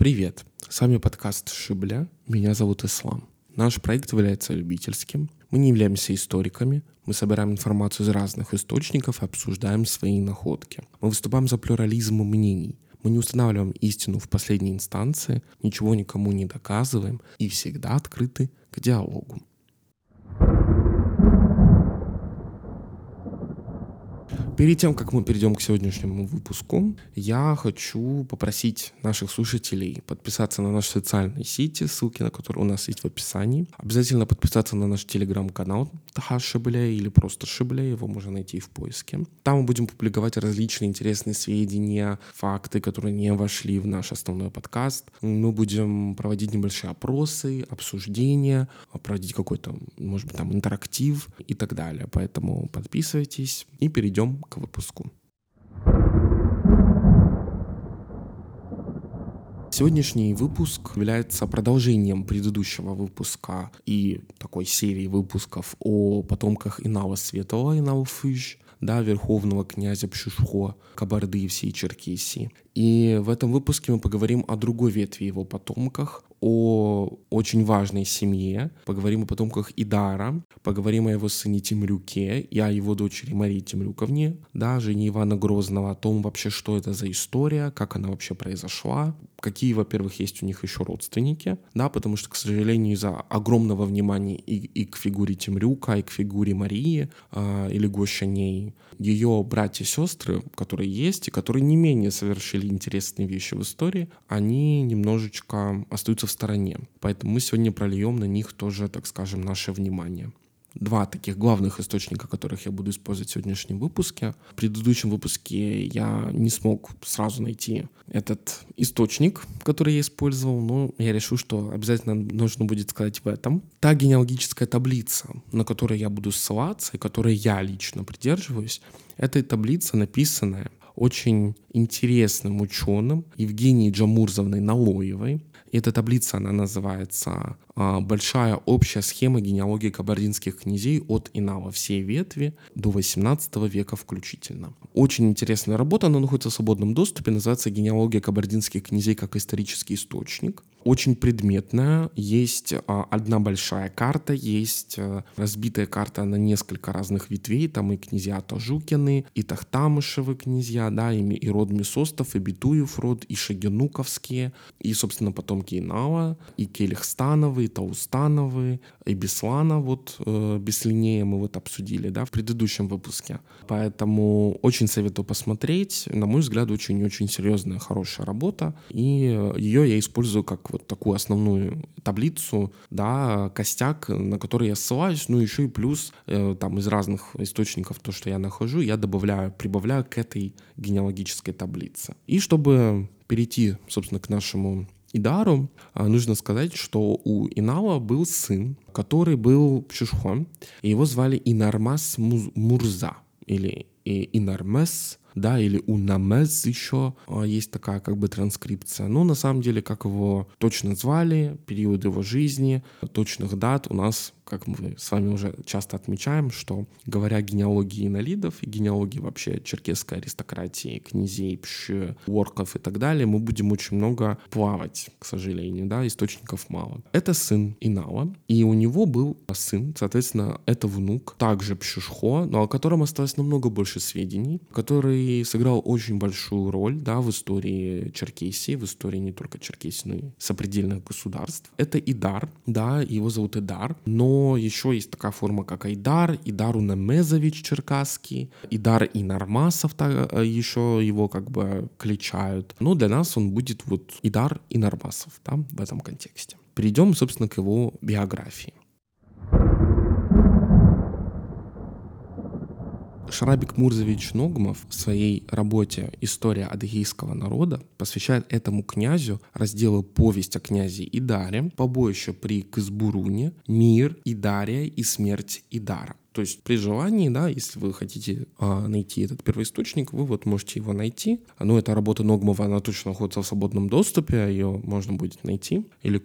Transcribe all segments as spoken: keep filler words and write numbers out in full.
Привет! С вами подкаст «Шибля». Меня зовут Ислам. Наш проект является любительским. Мы не являемся историками. Мы собираем информацию из разных источников и обсуждаем свои находки. Мы выступаем за плюрализм мнений. Мы не устанавливаем истину в последней инстанции, ничего никому не доказываем и всегда открыты к диалогу. Перед тем, как мы перейдем к сегодняшнему выпуску, я хочу попросить наших слушателей подписаться на наши социальные сети, ссылки на которые у нас есть в описании. Обязательно подписаться на наш телеграм-канал Таха Шибля или просто Шибля, его можно найти в поиске. Там мы будем публиковать различные интересные сведения, факты, которые не вошли в наш основной подкаст. Мы будем проводить небольшие опросы, обсуждения, проводить какой-то, может быть, там интерактив и так далее. Поэтому подписывайтесь и перейдем к выпуску. Сегодняшний выпуск является продолжением предыдущего выпуска и такой серии выпусков о потомках Инала Светлого, Инал-Фыж, да, верховного князя Пшишхо, Кабарды и всей Черкесии. И в этом выпуске мы поговорим о другой ветви его потомках, о очень важной семье, поговорим о потомках Идара, поговорим о его сыне Темрюке и о его дочери Марии Темрюковне, да, жене Ивана Грозного, о том вообще, что это за история, как она вообще произошла, какие, во-первых, есть у них еще родственники, да, потому что, к сожалению, из-за огромного внимания и, и к фигуре Темрюка, и к фигуре Марии э, или Гощаней, ее братья и сестры, которые есть и которые не менее совершили интересные вещи в истории, они немножечко остаются в стороне. Поэтому мы сегодня прольем на них тоже, так скажем, наше внимание. Два таких главных источника, которых я буду использовать в сегодняшнем выпуске. В предыдущем выпуске я не смог сразу найти этот источник, который я использовал, но я решил, что обязательно нужно будет сказать в этом. Та генеалогическая таблица, на которую я буду ссылаться и которой я лично придерживаюсь, это таблица, написанная очень интересным ученым Евгенией Джамурзовной Налоевой. И эта таблица, она называется «Большая общая схема генеалогии кабардинских князей от Инала всей ветви до восемнадцатого века включительно». Очень интересная работа, она находится в свободном доступе, называется «Генеалогия кабардинских князей как исторический источник». Очень предметная, есть одна большая карта, есть разбитая карта на несколько разных ветвей, там и князья Тажукины, и Тахтамышевы князья, да, и, и род Месостов, и Битуев род, и Шагенуковские, и, собственно, потомки Инала, и Келихстановы, и Таустановы, и Беслана, вот э, Беслинея мы вот обсудили, да, в предыдущем выпуске. Поэтому очень советую посмотреть, на мой взгляд, очень-очень серьезная, хорошая работа, и ее я использую как вот такую основную таблицу, да, костяк, на который я ссылаюсь, ну еще и плюс э, там из разных источников то, что я нахожу, я добавляю, прибавляю к этой генеалогической таблице. И чтобы перейти, собственно, к нашему Идару, нужно сказать, что у Инала был сын, который был Пшишхо, и его звали Инармас Мурза, или Инармес, да, или Унамез еще есть такая как бы транскрипция. Но на самом деле, как его точно звали, период его жизни, точных дат у нас, как мы с вами уже часто отмечаем, что, говоря о генеалогии инолидов и генеалогии вообще черкесской аристократии, князей, пш, орков и так далее, мы будем очень много плавать, к сожалению, да, источников мало. Это сын Инала, и у него был сын, соответственно, это внук, также Пшишхо, но о котором осталось намного больше сведений, который сыграл очень большую роль, да, в истории Черкесии, в истории не только Черкесии, но и сопредельных государств. Это Идар, да, его зовут Идар, но Но еще есть такая форма, как Айдар, Идар Унамезович черкасский, Идар Инармасов, еще его как бы кличают. Но для нас он будет вот Идар Инармасов, да, в этом контексте. Перейдем, собственно, к его биографии. Шарабик Мурзович Ногмов в своей работе «История адыгейского народа» посвящает этому князю разделы «Повесть о князе Идаре», «Побоище при Кызбуруне», «Мир Идария» и «Смерть Идара». То есть при желании, да, если вы хотите а, найти этот первоисточник, вы вот можете его найти. Но эта работа Ногмова, она точно находится в свободном доступе, ее можно будет найти или купить.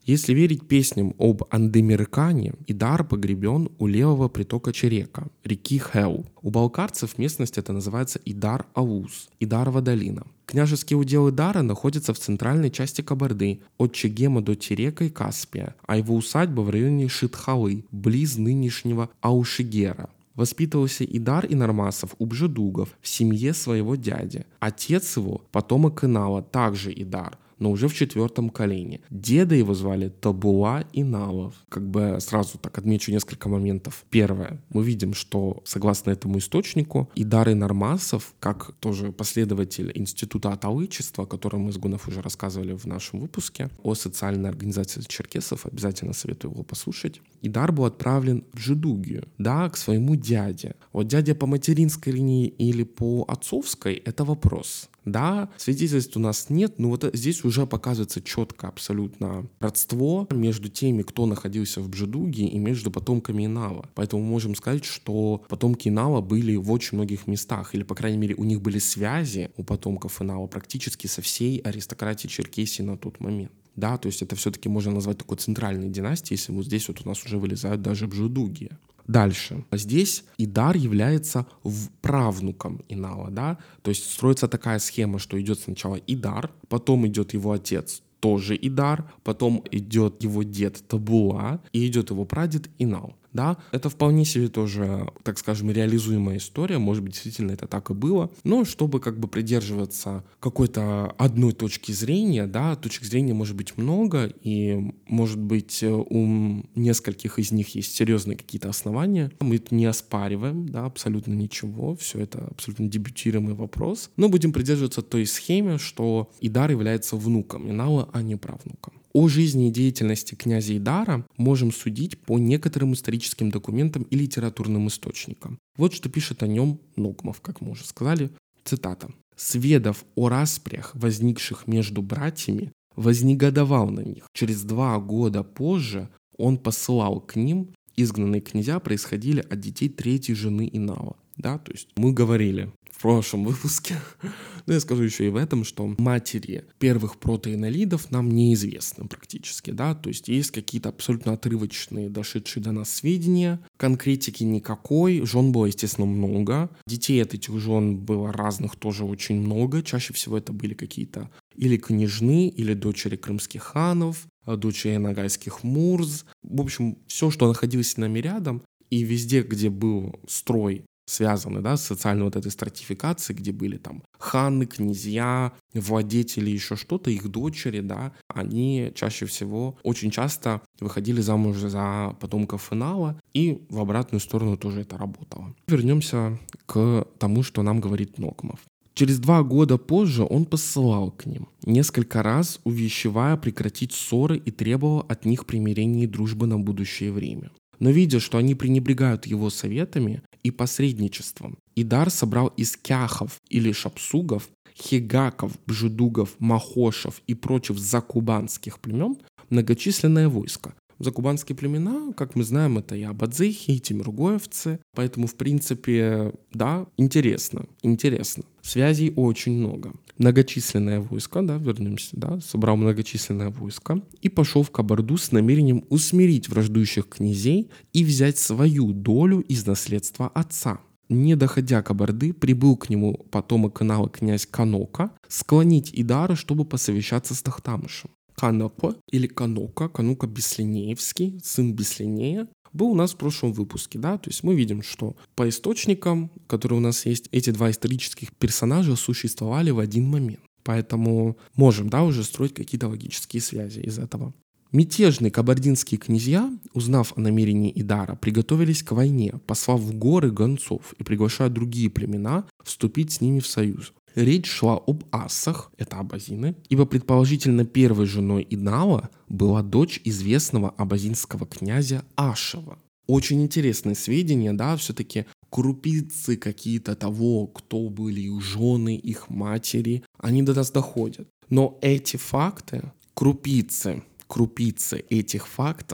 Если верить песням об Андемиркане, Идар погребен у левого притока Черека, реки Хел. У балкарцев местность эта называется Идар-Ауз, Идарова долина. Княжеский удел Идара находится в центральной части Кабарды, от Чегема до Терека и Каспия, а его усадьба в районе Шитхалы, близ нынешнего Аушигера. Воспитывался Идар Инармасов у Бжедугов в семье своего дяди. Отец его – потомок Инала, также Идар, но уже в четвертом колене. Деда его звали Табуа Иналов. Как бы сразу так отмечу несколько моментов. Первое. Мы видим, что согласно этому источнику, Идар Инармасов, как тоже последователь института аталычества, о котором мы с Гунов уже рассказывали в нашем выпуске, о социальной организации черкесов, обязательно советую его послушать. Идар был отправлен в Жедугию, да, к своему дяде. Вот дядя по материнской линии или по отцовской – это вопрос. Да, свидетельств у нас нет, но вот здесь уже показывается четко абсолютно родство между теми, кто находился в Бжедуге, и между потомками Инала. Поэтому мы можем сказать, что потомки Инала были в очень многих местах, или, по крайней мере, у них были связи у потомков Инала практически со всей аристократией Черкесии на тот момент. Да, то есть это все-таки можно назвать такой центральной династией, если вот здесь вот у нас уже вылезают даже Бжедуги. Дальше. Здесь Идар является правнуком Инала, да, то есть строится такая схема, что идет сначала Идар, потом идет его отец, тоже Идар, потом идет его дед Табуа и идет его прадед Инал. Да, это вполне себе тоже, так скажем, реализуемая история, может быть, действительно это так и было, но чтобы как бы придерживаться какой-то одной точки зрения, да, точек зрения может быть много, и может быть у нескольких из них есть серьезные какие-то основания, мы это не оспариваем, да, абсолютно ничего, все это абсолютно дебютируемый вопрос, но будем придерживаться той схеме, что Идар является внуком Инала, а не правнуком. О жизни и деятельности князя Идара можем судить по некоторым историческим документам и литературным источникам. Вот что пишет о нем Ногмов, как мы уже сказали, цитата. «Сведав о распрях, возникших между братьями, вознегодовал на них. Через два года позже он посылал к ним, изгнанные князья происходили от детей третьей жены Инала». Да, то есть мы говорили в прошлом выпуске, но я скажу еще и в этом, что матери первых протоинолидов нам неизвестны практически, да, то есть есть какие-то абсолютно отрывочные, дошедшие до нас сведения, конкретики никакой, жен было, естественно, много, детей от этих жен было разных тоже очень много, чаще всего это были какие-то или княжны, или дочери крымских ханов, дочери нагайских мурз, в общем, все, что находилось с нами рядом, и везде, где был строй, связаны, да, с социальной вот этой стратификацией, где были там ханы, князья, владетели, еще что-то, их дочери, да, они чаще всего, очень часто выходили замуж за потомков Инала, и в обратную сторону тоже это работало. Вернемся к тому, что нам говорит Ногмов. Через два года позже он посылал к ним, несколько раз увещевая прекратить ссоры и требовал от них примирения и дружбы на будущее время. Но видя, что они пренебрегают его советами и посредничеством, Идар собрал из кяхов или шапсугов, хегаков, бжедугов, махошев и прочих закубанских племен многочисленное войско. Закубанские племена, как мы знаем, это и абадзехи, и тимиргоевцы, поэтому, в принципе, да, интересно, интересно. Связей очень много. Многочисленное войско, да, вернемся, да, собрал многочисленное войско и пошел в Кабарду с намерением усмирить враждующих князей и взять свою долю из наследства отца. Не доходя Кабарды, прибыл к нему потомок Инала князь Канока склонить Идара, чтобы посовещаться с Тохтамышем. Канопа или Канока, Канука Беслинеевский, сын Беслинея, был у нас в прошлом выпуске, да, то есть мы видим, что по источникам, которые у нас есть, эти два исторических персонажа существовали в один момент, поэтому можем, да, уже строить какие-то логические связи из этого. Мятежные кабардинские князья, узнав о намерении Идара, приготовились к войне, послав в горы гонцов и приглашая другие племена вступить с ними в союз. Речь шла об ассах, это абазины, ибо предположительно первой женой Инала была дочь известного абазинского князя Ашева. Очень интересные сведения, да, все-таки крупицы какие-то того, кто были их жены, их матери, они до нас доходят. Но эти факты, крупицы, крупицы этих фактов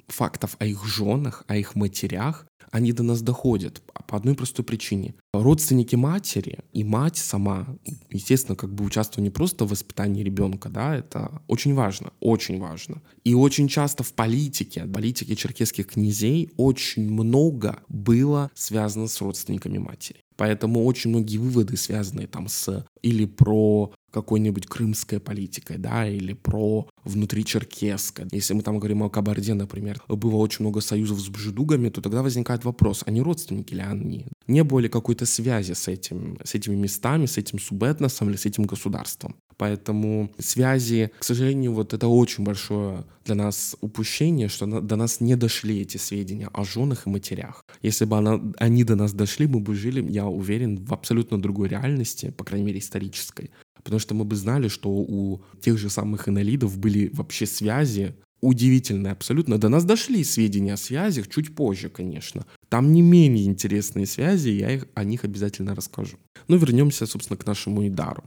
фактов о их женах, о их матерях, они до нас доходят по одной простой причине. Родственники матери и мать сама, естественно, как бы участвуют не просто в воспитании ребенка, да, это очень важно, очень важно. И очень часто в политике, в политике черкесских князей очень много было связано с родственниками матери. Поэтому очень многие выводы, связанные там с или про какой-нибудь крымской политикой, да, или про внутричеркесской. Если мы там говорим о Кабарде, например, было очень много союзов с бжедугами, то тогда возникает вопрос, а не родственники ли они? Не было ли какой-то связи с, этим, с этими местами, с этим субэтносом или с этим государством? Поэтому связи, к сожалению, вот это очень большое для нас упущение, что до нас не дошли эти сведения о женах и матерях. Если бы она, они до нас дошли, мы бы жили, я уверен, в абсолютно другой реальности, по крайней мере, исторической. Потому что мы бы знали, что у тех же самых инолидов были вообще связи удивительные абсолютно. До нас дошли сведения о связях чуть позже, конечно. Там не менее интересные связи, я их, о них обязательно расскажу. Но вернемся, собственно, к нашему Идару.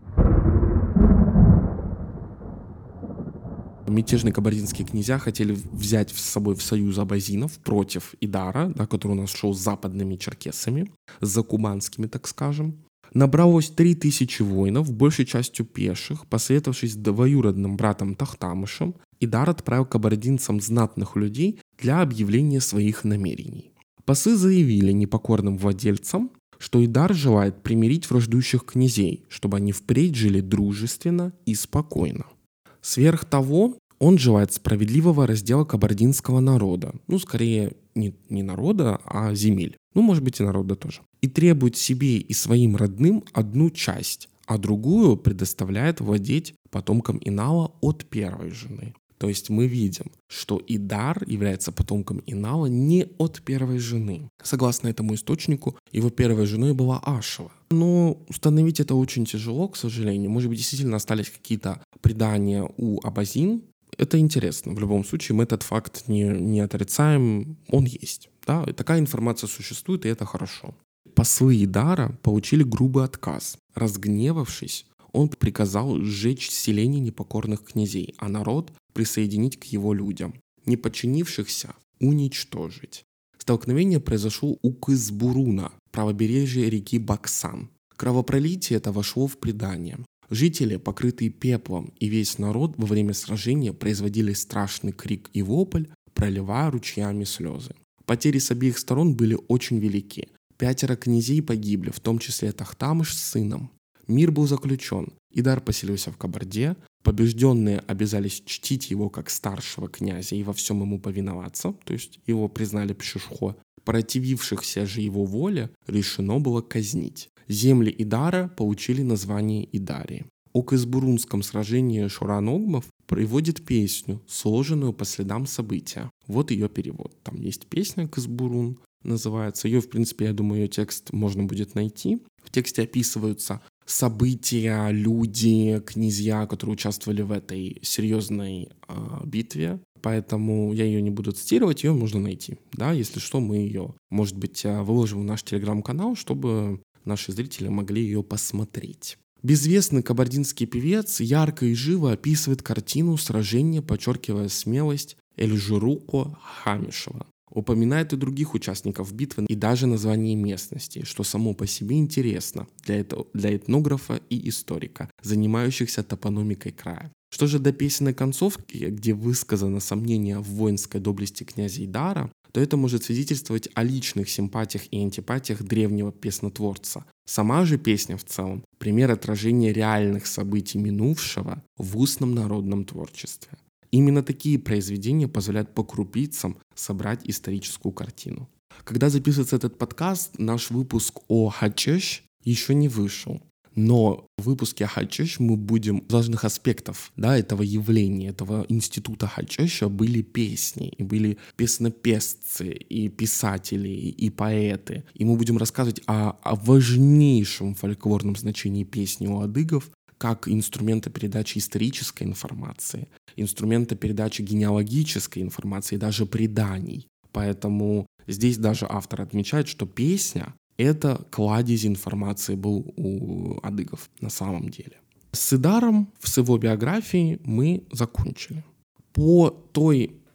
Мятежные кабардинские князья хотели взять с собой в союз абазинов против Идара, да, который у нас шел с западными черкесами, с закубанскими, так скажем. Набралось три тысячи воинов, большей частью пеших. Посоветовавшись с двоюродным братом Тахтамышем, Идар отправил кабардинцам знатных людей для объявления своих намерений. Пасы заявили непокорным владельцам, что Идар желает примирить враждующих князей, чтобы они впредь жили дружественно и спокойно. Сверх того, он желает справедливого раздела кабардинского народа, ну, скорее, не, не народа, а земель, ну, может быть, и народа тоже, и требует себе и своим родным одну часть, а другую предоставляет владеть потомкам Инала от первой жены. То есть мы видим, что Идар является потомком Инала не от первой жены. Согласно этому источнику, его первой женой была Ашева. Но установить это очень тяжело, к сожалению. Может быть, действительно остались какие-то предания у абазин. Это интересно. В любом случае, мы этот факт не, не отрицаем, он есть. Да? И такая информация существует, и это хорошо. Послы Идара получили грубый отказ. Разгневавшись, он приказал сжечь селение непокорных князей, а народ присоединить к его людям, не подчинившихся уничтожить. Столкновение произошло у Кызбуруна, правобережья реки Баксан. Кровопролитие это вошло в предание. Жители, покрытые пеплом, и весь народ во время сражения производили страшный крик и вопль, проливая ручьями слезы. Потери с обеих сторон были очень велики. Пятеро князей погибли, в том числе Тахтамыш с сыном. Мир был заключен. Идар поселился в Кабарде. Побежденные обязались чтить его как старшего князя и во всем ему повиноваться, то есть его признали пшешхо. Противившихся же его воле решено было казнить. Земли Идара получили название Идарии. О Кызбурунском сражении шураногмов приводит песню, сложенную по следам события. Вот ее перевод. Там есть песня «Кызбурун», называется. Ее, в принципе, я думаю, ее текст можно будет найти. В тексте описываются события, люди, князья, которые участвовали в этой серьезной э, битве. Поэтому я ее не буду цитировать, ее можно найти. Да, если что, мы ее, может быть, выложим в наш телеграм-канал, чтобы наши зрители могли ее посмотреть. Безвестный кабардинский певец ярко и живо описывает картину сражения, подчеркивая смелость Эльжируко Хамишева. Упоминает и других участников битвы и даже название местности, что само по себе интересно для, этого, для этнографа и историка, занимающихся топономикой края. Что же до песенной концовки, где высказано сомнение в воинской доблести князя Идара, то это может свидетельствовать о личных симпатиях и антипатиях древнего песнотворца. Сама же песня в целом – пример отражения реальных событий минувшего в устном народном творчестве. Именно такие произведения позволяют по крупицам собрать историческую картину. Когда записывается этот подкаст, наш выпуск о Хачеш еще не вышел. Но в выпуске о Хачеш мы будем важных аспектов, да, этого явления, этого института Хачеша были песни, и были песнопесцы, и писатели, и поэты. И мы будем рассказывать о, о важнейшем фольклорном значении песни у адыгов, как инструмента передачи исторической информации, инструмента передачи генеалогической информации, даже преданий. Поэтому здесь даже автор отмечает, что песня — это кладезь информации был у адыгов на самом деле. С Идаром, с его биографией мы закончили. По той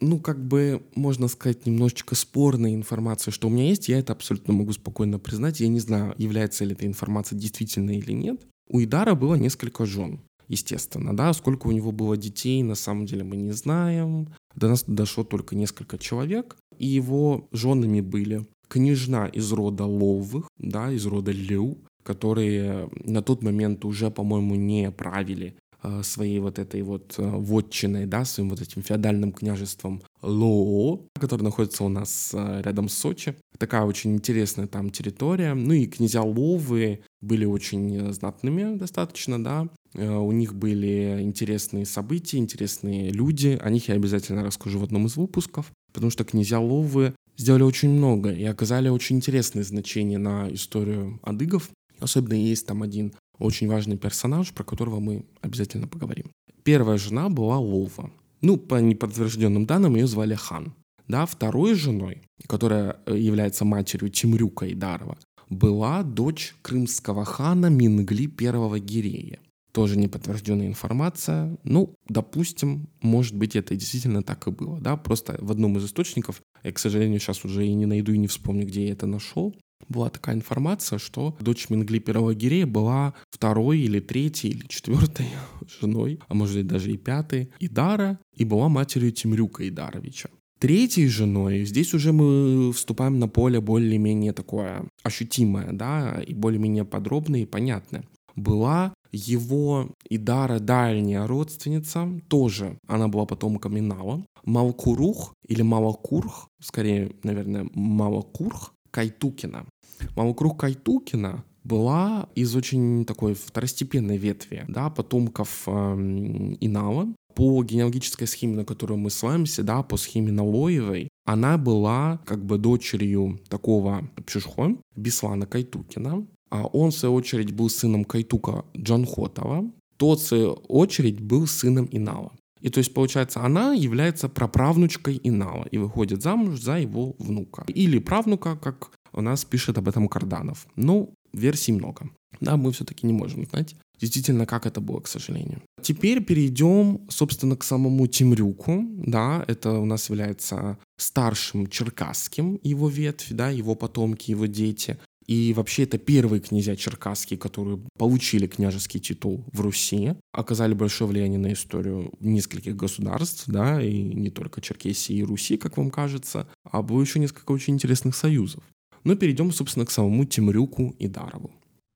ну, как бы, можно сказать, немножечко спорная информация, что у меня есть, я это абсолютно могу спокойно признать. Я не знаю, является ли эта информация действительной или нет. У Идара было несколько жен, естественно, да. Сколько у него было детей, на самом деле мы не знаем. До нас дошло только несколько человек. И его женами были княжна из рода Ловых, да, из рода Лю, которые на тот момент уже, по-моему, не правили своей вот этой вот вотчиной, да, своим вот этим феодальным княжеством Лоо, которое находится у нас рядом с Сочи. Такая очень интересная там территория. Ну и князья Ловы были очень знатными достаточно, да. У них были интересные события, интересные люди. О них я обязательно расскажу в одном из выпусков, потому что князья Ловы сделали очень много и оказали очень интересное значение на историю адыгов. Особенно есть там один очень важный персонаж, про которого мы обязательно поговорим. Первая жена была Лова. Ну, по неподтвержденным данным, ее звали Хан. Да, второй женой, которая является матерью Темрюка Идарова, была дочь крымского хана Мингли I Гирея. Тоже неподтвержденная информация. Ну, допустим, может быть, это действительно так и было. Да? Просто в одном из источников, я, к сожалению, сейчас уже и не найду, и не вспомню, где я это нашел, была такая информация, что дочь Мингли I Гирея была второй или третьей или четвертой женой, а может быть даже и пятой Идара, и была матерью Темрюка Идаровича. Третьей женой, здесь уже мы вступаем на поле более-менее такое ощутимое, да, и более-менее подробное и понятное. Была его Идара дальняя родственница, тоже она была потомком Инала, Малкурух или Малакурх, скорее, наверное, Малакурх Кайтукина. Малакурх Кайтукина была из очень такой второстепенной ветви, да, потомков э, Инала. По генеалогической схеме, на которую мы ссылаемся, да, по схеме Налоевой, она была как бы дочерью такого Пшишхо, Беслана Кайтукина. А он, в свою очередь, был сыном Кайтука Джанхотова. Тот, в свою очередь, был сыном Инала. И то есть, получается, она является праправнучкой Инала и выходит замуж за его внука. Или правнука, как у нас пишет об этом Карданов. Ну, версий много. Да, мы все-таки не можем знать действительно, как это было, к сожалению. Теперь перейдем, собственно, к самому Темрюку. Да, это у нас является старшим черкасским его ветвь, да, его потомки, его дети. И вообще это первые князья черкасские, которые получили княжеский титул в Руси, оказали большое влияние на историю нескольких государств, да, и не только Черкесии и Руси, как вам кажется, а было еще несколько очень интересных союзов. Но перейдем, собственно, к самому Темрюку Идарову.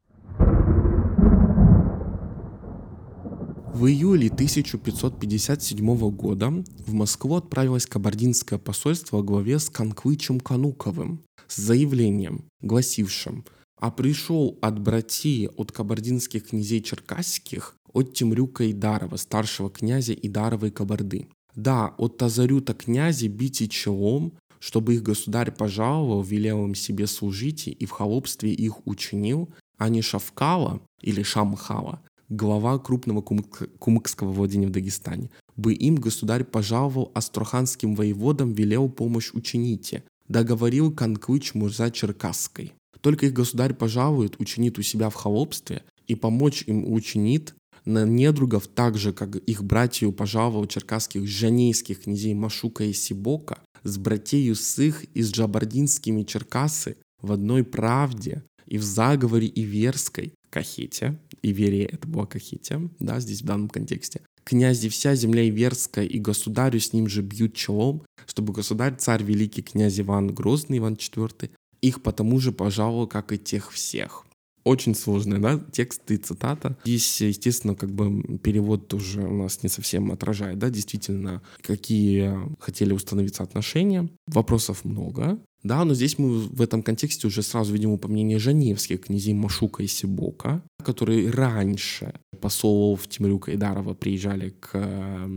В июле тысяча пятьсот пятьдесят седьмого года в Москву отправилось кабардинское посольство во главе с Канквычем Кануковым с заявлением, гласившим: «А пришел от братьи от кабардинских князей черкасских, от Темрюка Идарова, старшего князя Идаровой Кабарды. Да, от Тазарюта князя бить челом, чтобы их государь пожаловал, велел им себе служить и в холопстве их учинил, а не Шавкала или Шамхала, глава крупного кумыкского владения в Дагестане, бы им государь пожаловал, астраханским воеводам велел помощь учините, договорил Канквыч Мурза Черкасской. Только их государь пожалует, учинит у себя в холопстве, и помочь им учинит на недругов так же, как их братью пожаловал черкасских жанейских князей Машука и Сибока, с братею с их и с джабардинскими черкасы в одной правде и в заговоре Иверской, Кахете, Иверия это была Кахете, да, здесь в данном контексте, князи вся земля Иверская и государю с ним же бьют челом, чтобы государь, царь великий князь Иван Грозный, Иван четвёртый, их потому же пожаловал, как и тех всех». Очень сложный, да, текст и цитата. Здесь, естественно, как бы перевод тоже у нас не совсем отражает, да, действительно, какие хотели установиться отношения. Вопросов много, да, но здесь мы в этом контексте уже сразу видим упоминание жаневских князей Машука и Сибока, которые раньше послов Темрюка Идарова приезжали к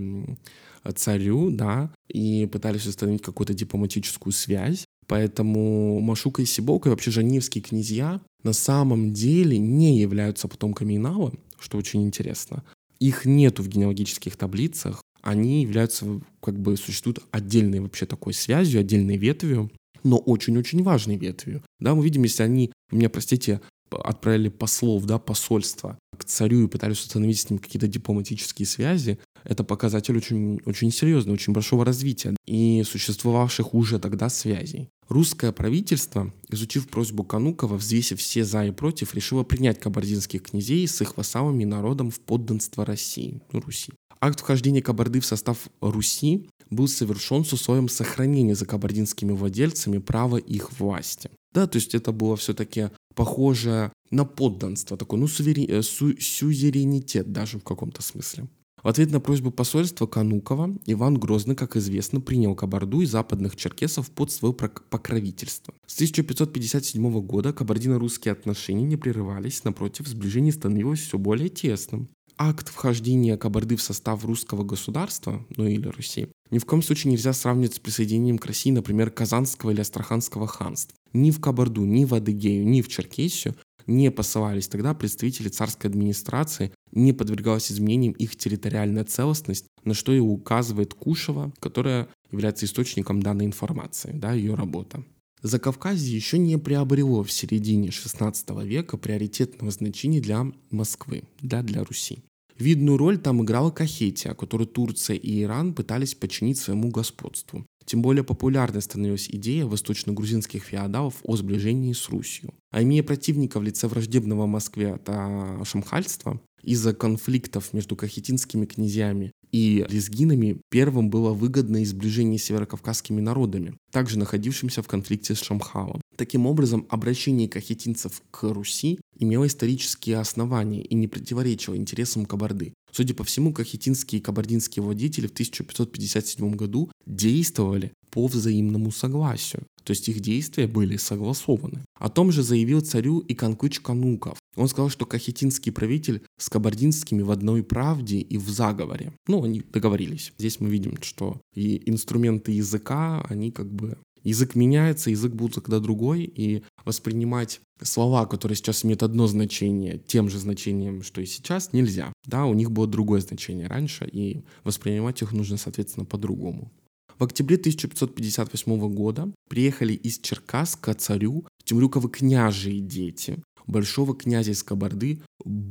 царю, да, и пытались установить какую-то дипломатическую связь. Поэтому Машука и Сибока и вообще жаневские князья на самом деле не являются потомками Инала, что очень интересно. Их нету в генеалогических таблицах, они являются, как бы, существуют отдельной вообще такой связью, отдельной ветвью, но очень-очень важной ветвью. Да, мы видим, если они, вы меня простите, отправили послов, да, посольства к царю и пытались установить с ним какие-то дипломатические связи, Это показатель очень, очень серьезный, очень большого развития и существовавших уже тогда связей. Русское правительство, изучив просьбу Канукова, взвесив все за и против, решило принять кабардинских князей с их вассалами и народом в подданство России, ну, Руси. Акт вхождения Кабарды в состав Руси был совершен с условием сохранения за кабардинскими владельцами права их власти. Да, то есть это было все-таки похоже на подданство, такой, ну, сувери... су... сюзеренитет даже в каком-то смысле. В ответ на просьбу посольства Канукова Иван Грозный, как известно, принял Кабарду и западных черкесов под свое покровительство. С тысяча пятьсот пятьдесят седьмого года кабардино-русские отношения не прерывались, напротив, сближение становилось все более тесным. Акт вхождения Кабарды в состав русского государства, ну или Руси, ни в коем случае нельзя сравнивать с присоединением к России, например, Казанского или Астраханского ханств. Ни в Кабарду, ни в Адыгею, ни в Черкесию не посылались тогда представители царской администрации, не подвергалась изменениям их территориальная целостность, на что и указывает Кушева, которая является источником данной информации, да, ее работа. Закавказье еще не приобрело в середине шестнадцатого века приоритетного значения для Москвы, да, для Руси. Видную роль там играла Кахетия, которую Турция и Иран пытались подчинить своему господству. Тем более популярной становилась идея восточно-грузинских феодалов о сближении с Русью. А имея противника в лице враждебного Москве от шамхальства, из-за конфликтов между кахетинскими князьями и лезгинами первым было выгодное сближение с северокавказскими народами, также находившимся в конфликте с Шамхалом. Таким образом, обращение кахетинцев к Руси имело исторические основания и не противоречило интересам Кабарды. Судя по всему, кахетинские и кабардинские владетели в тысяча пятьсот пятьдесят седьмом году действовали по взаимному согласию, то есть их действия были согласованы. О том же заявил царю и Канкыч Кануков. Он сказал, что кахетинский правитель с кабардинскими в одной правде и в заговоре. Ну, они договорились. Здесь мы видим, что и инструменты языка, они как бы... Язык меняется, язык будет когда другой, и воспринимать слова, которые сейчас имеют одно значение, тем же значением, что и сейчас, нельзя. Да, у них было другое значение раньше, и воспринимать их нужно, соответственно, по-другому. В октябре тысяча пятьсот пятьдесят восьмого года приехали из Черкас к царю Темрюковы княжие дети большого князя из Кабарды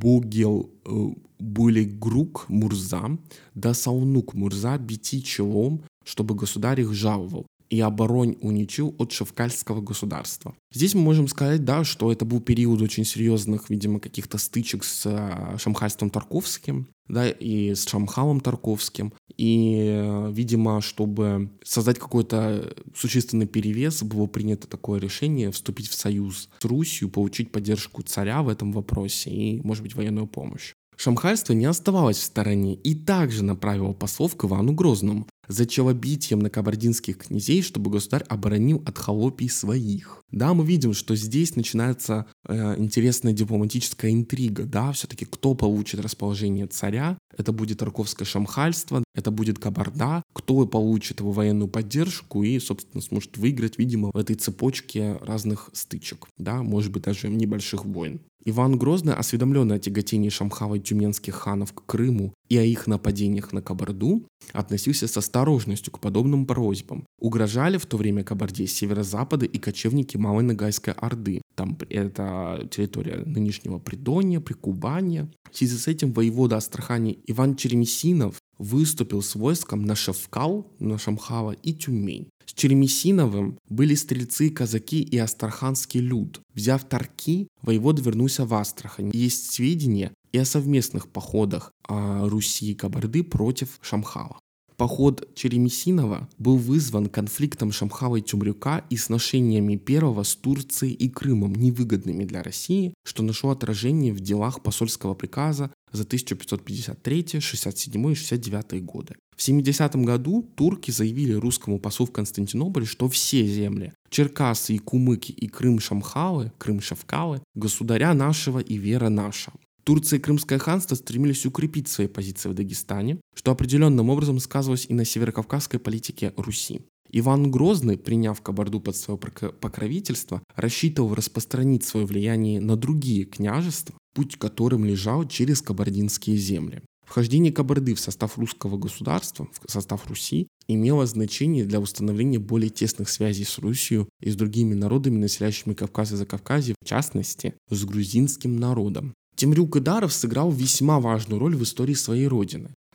Бугел э, Булегрук Мурза да Саунук Мурза бити челом, чтобы государь их жаловал и оборонь уничил от шевкальского государства. Здесь мы можем сказать, да, что это был период очень серьезных, видимо, каких-то стычек с э, шамхальством Тарковским, да, и с Шамхалом Тарковским. И, э, видимо, чтобы создать какой-то существенный перевес, было принято такое решение вступить в союз с Русью, получить поддержку царя в этом вопросе и, может быть, военную помощь. Шамхальство не оставалось в стороне и также направило послов к Ивану Грозному за челобитием на кабардинских князей, чтобы государь оборонил от холопий своих. Да, мы видим, что здесь начинается э, интересная дипломатическая интрига. Да, все-таки кто получит расположение царя? Это будет Тарковское шамхальство, это будет Кабарда. Кто получит его военную поддержку и, собственно, сможет выиграть, видимо, в этой цепочке разных стычек. Да, может быть, даже небольших войн. Иван Грозный, осведомленный о тяготении Шамхала и тюменских ханов к Крыму и о их нападениях на Кабарду, относился с осторожностью к подобным просьбам. Угрожали в то время Кабарде с северо-запада и кочевники Малой Ногайской Орды. Там это территория нынешнего Придонья, Прикубанья. В связи с этим воевода Астрахани Иван Черемисинов выступил с войском на Шевкал, на Шамхала и Тюмень. С Черемисиновым были стрельцы, казаки и астраханский люд. Взяв Тарки, воевода вернулся в Астрахань. Есть сведения и о совместных походах Руси и Кабарды против Шамхала. Поход Черемисинова был вызван конфликтом Шамхала и Тюмрюка и сношениями первого с Турцией и Крымом, невыгодными для России, что нашло отражение в делах посольского приказа за тысяча пятьсот пятьдесят третий, шестьдесят седьмой и шестьдесят девятый годы. В семидесятом году турки заявили русскому послу в Константинополе, что все земли – Черкасы и Кумыки и Крым-Шамхалы, Крым-Шавкалы – государя нашего и вера наша. Турция и Крымское ханство стремились укрепить свои позиции в Дагестане, что определенным образом сказывалось и на северокавказской политике Руси. Иван Грозный, приняв Кабарду под свое покровительство, рассчитывал распространить свое влияние на другие княжества, путь которым лежал через кабардинские земли. Вхождение Кабарды в состав русского государства, в состав Руси, имело значение для установления более тесных связей с Русью и с другими народами, населяющими Кавказ и Закавказье, в частности, с грузинским народом. Темрюк Идаров сыграл весьма важную роль в истории своей родины.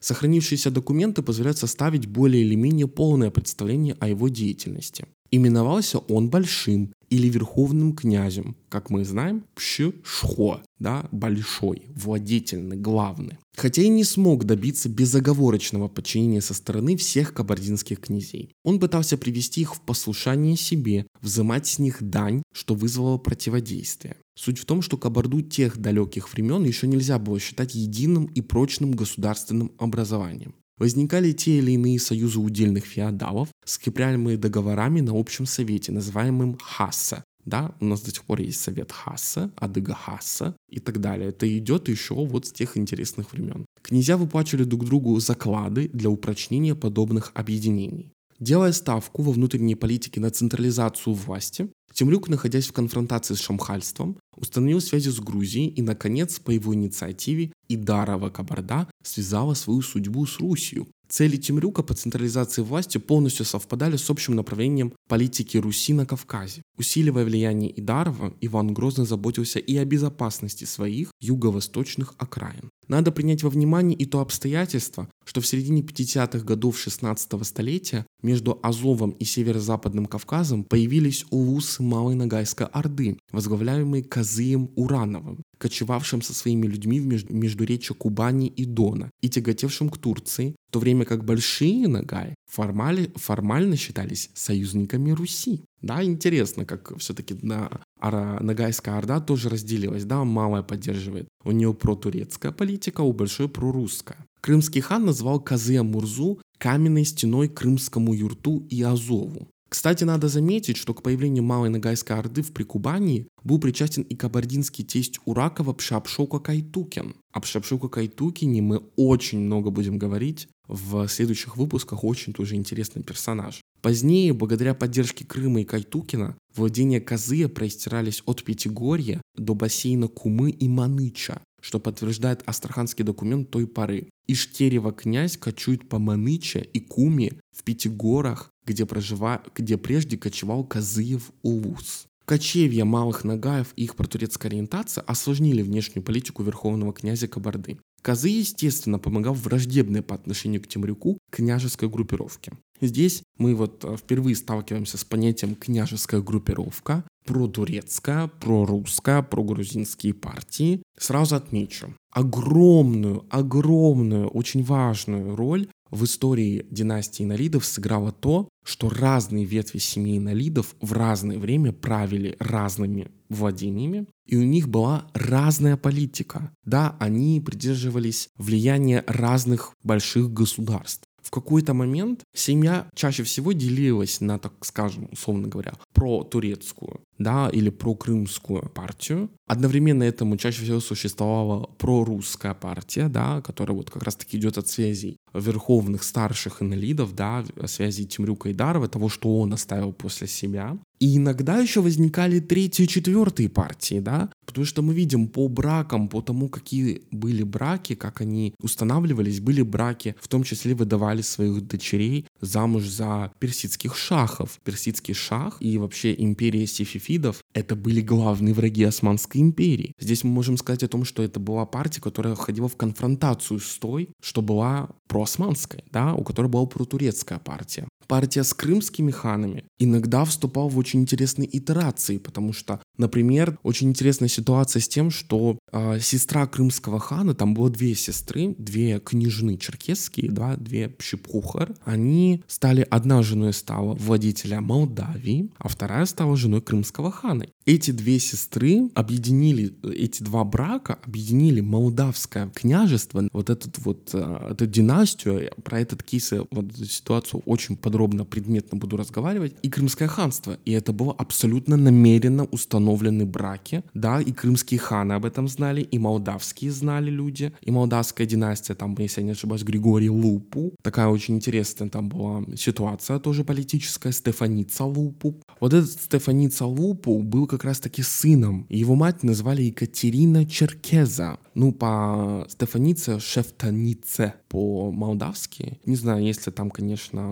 Сохранившиеся документы позволяют составить более или менее полное представление о его деятельности. Именовался он большим или верховным князем, как мы знаем, пш-шхо, да, большой, владетельный, главный. Хотя и не смог добиться безоговорочного подчинения со стороны всех кабардинских князей. Он пытался привести их в послушание себе, взимать с них дань, что вызвало противодействие. Суть в том, что Кабарду тех далеких времен еще нельзя было считать единым и прочным государственным образованием. Возникали те или иные союзы удельных феодалов, скрепляемые договорами на общем совете, называемым Хасса. Да, у нас до сих пор есть совет Хасса, Адыга Хасса и так далее. Это идет еще вот с тех интересных времен. Князья выплачивали друг другу заклады для упрочнения подобных объединений. Делая ставку во внутренней политике на централизацию власти, Темрюк, находясь в конфронтации с шамхальством, установил связи с Грузией и, наконец, по его инициативе Идарова Кабарда связала свою судьбу с Русью. Цели Темрюка по централизации власти полностью совпадали с общим направлением политики Руси на Кавказе. Усиливая влияние Идарова, Иван Грозный заботился и о безопасности своих юго-восточных окраин. Надо принять во внимание и то обстоятельство, что в середине пятидесятых годов шестнадцатого столетия между Азовом и Северо-Западным Кавказом появились улусы Малой Ногайской Орды, возглавляемые Казыем Урановым, кочевавшим со своими людьми в меж- междуречье Кубани и Дона и тяготевшим к Турции, в то время как Большие Ногай формали, формально считались союзниками Руси. Да, интересно, как все-таки да, Ара, Ногайская Орда тоже разделилась, да, Малая поддерживает. У нее протурецкая политика, у Большой прорусская. Крымский хан назвал Казыя Мурзу каменной стеной Крымскому юрту и Азову. Кстати, надо заметить, что к появлению Малой Ногайской Орды в Прикубании был причастен и кабардинский тесть Уракова Пшапшока Кайтукин. О Пшапшока Кайтукине мы очень много будем говорить в следующих выпусках, очень тоже интересный персонаж. Позднее, благодаря поддержке Крыма и Кайтукина, владения Казыя простирались от Пятигорья до бассейна Кумы и Маныча, что подтверждает астраханский документ той поры. Иштерева князь кочует по Маныче и Куме в Пятигорах, где, прожива... где прежде кочевал Казыев улус. Кочевья малых нагаев и их протурецкая ориентация осложнили внешнюю политику верховного князя Кабарды. Казы, естественно, помогал враждебной по отношению к Темрюку княжеской группировке. Здесь мы вот впервые сталкиваемся с понятием «княжеская группировка», протурецкая, прорусская, прогрузинские партии. Сразу отмечу, огромную, огромную, очень важную роль в истории династии Инаридов сыграло то, что разные ветви семьи Инаридов в разное время правили разными владениями, и у них была разная политика. Да, они придерживались влияния разных больших государств. В какой-то момент семья чаще всего делилась на, так скажем, условно говоря, протурецкую, да, или прокрымскую партию. Одновременно этому чаще всего существовала прорусская партия, да, которая вот как раз-таки идет от связей верховных старших инвалидов, да, связей Темрюка и Идарова, того, что он оставил после себя. И иногда еще возникали третьи и четвертые партии, да, потому что мы видим по бракам, по тому, какие были браки, как они устанавливались, были браки, в том числе выдавали своих дочерей замуж за персидских шахов. Персидский шах и вообще империя сефевидов — это были главные враги Османской империи. Здесь мы можем сказать о том, что это была партия, которая входила в конфронтацию с той, что была проосманской, да, у которой была протурецкая партия. Партия с крымскими ханами иногда вступала в очень интересные итерации, потому что, например, очень интересная ситуация с тем, что э, сестра крымского хана, там было две сестры, две княжны черкесские, да, две пшипухар, они стали, одна женой стала владетеля Молдавии, а вторая стала женой крымского хана. Эти две сестры объединили, эти два брака объединили молдавское княжество, вот эту вот э, эту династию, про этот кейс, вот эту ситуацию очень подробно, предметно буду разговаривать, и Крымское ханство. И это было абсолютно намеренно установлены браки, да, и крымские ханы об этом знали, и молдавские знали люди, и молдавская династия, там, если я не ошибаюсь, Григорий Лупу, такая очень интересная там была ситуация тоже политическая, Стефаница Лупу. Вот этот Стефаница Лупу был как раз-таки сыном, его мать назвали Екатерина Черкеза, ну, по Стефанице Шефтанице, по-молдавски, не знаю, если там, конечно, какой-то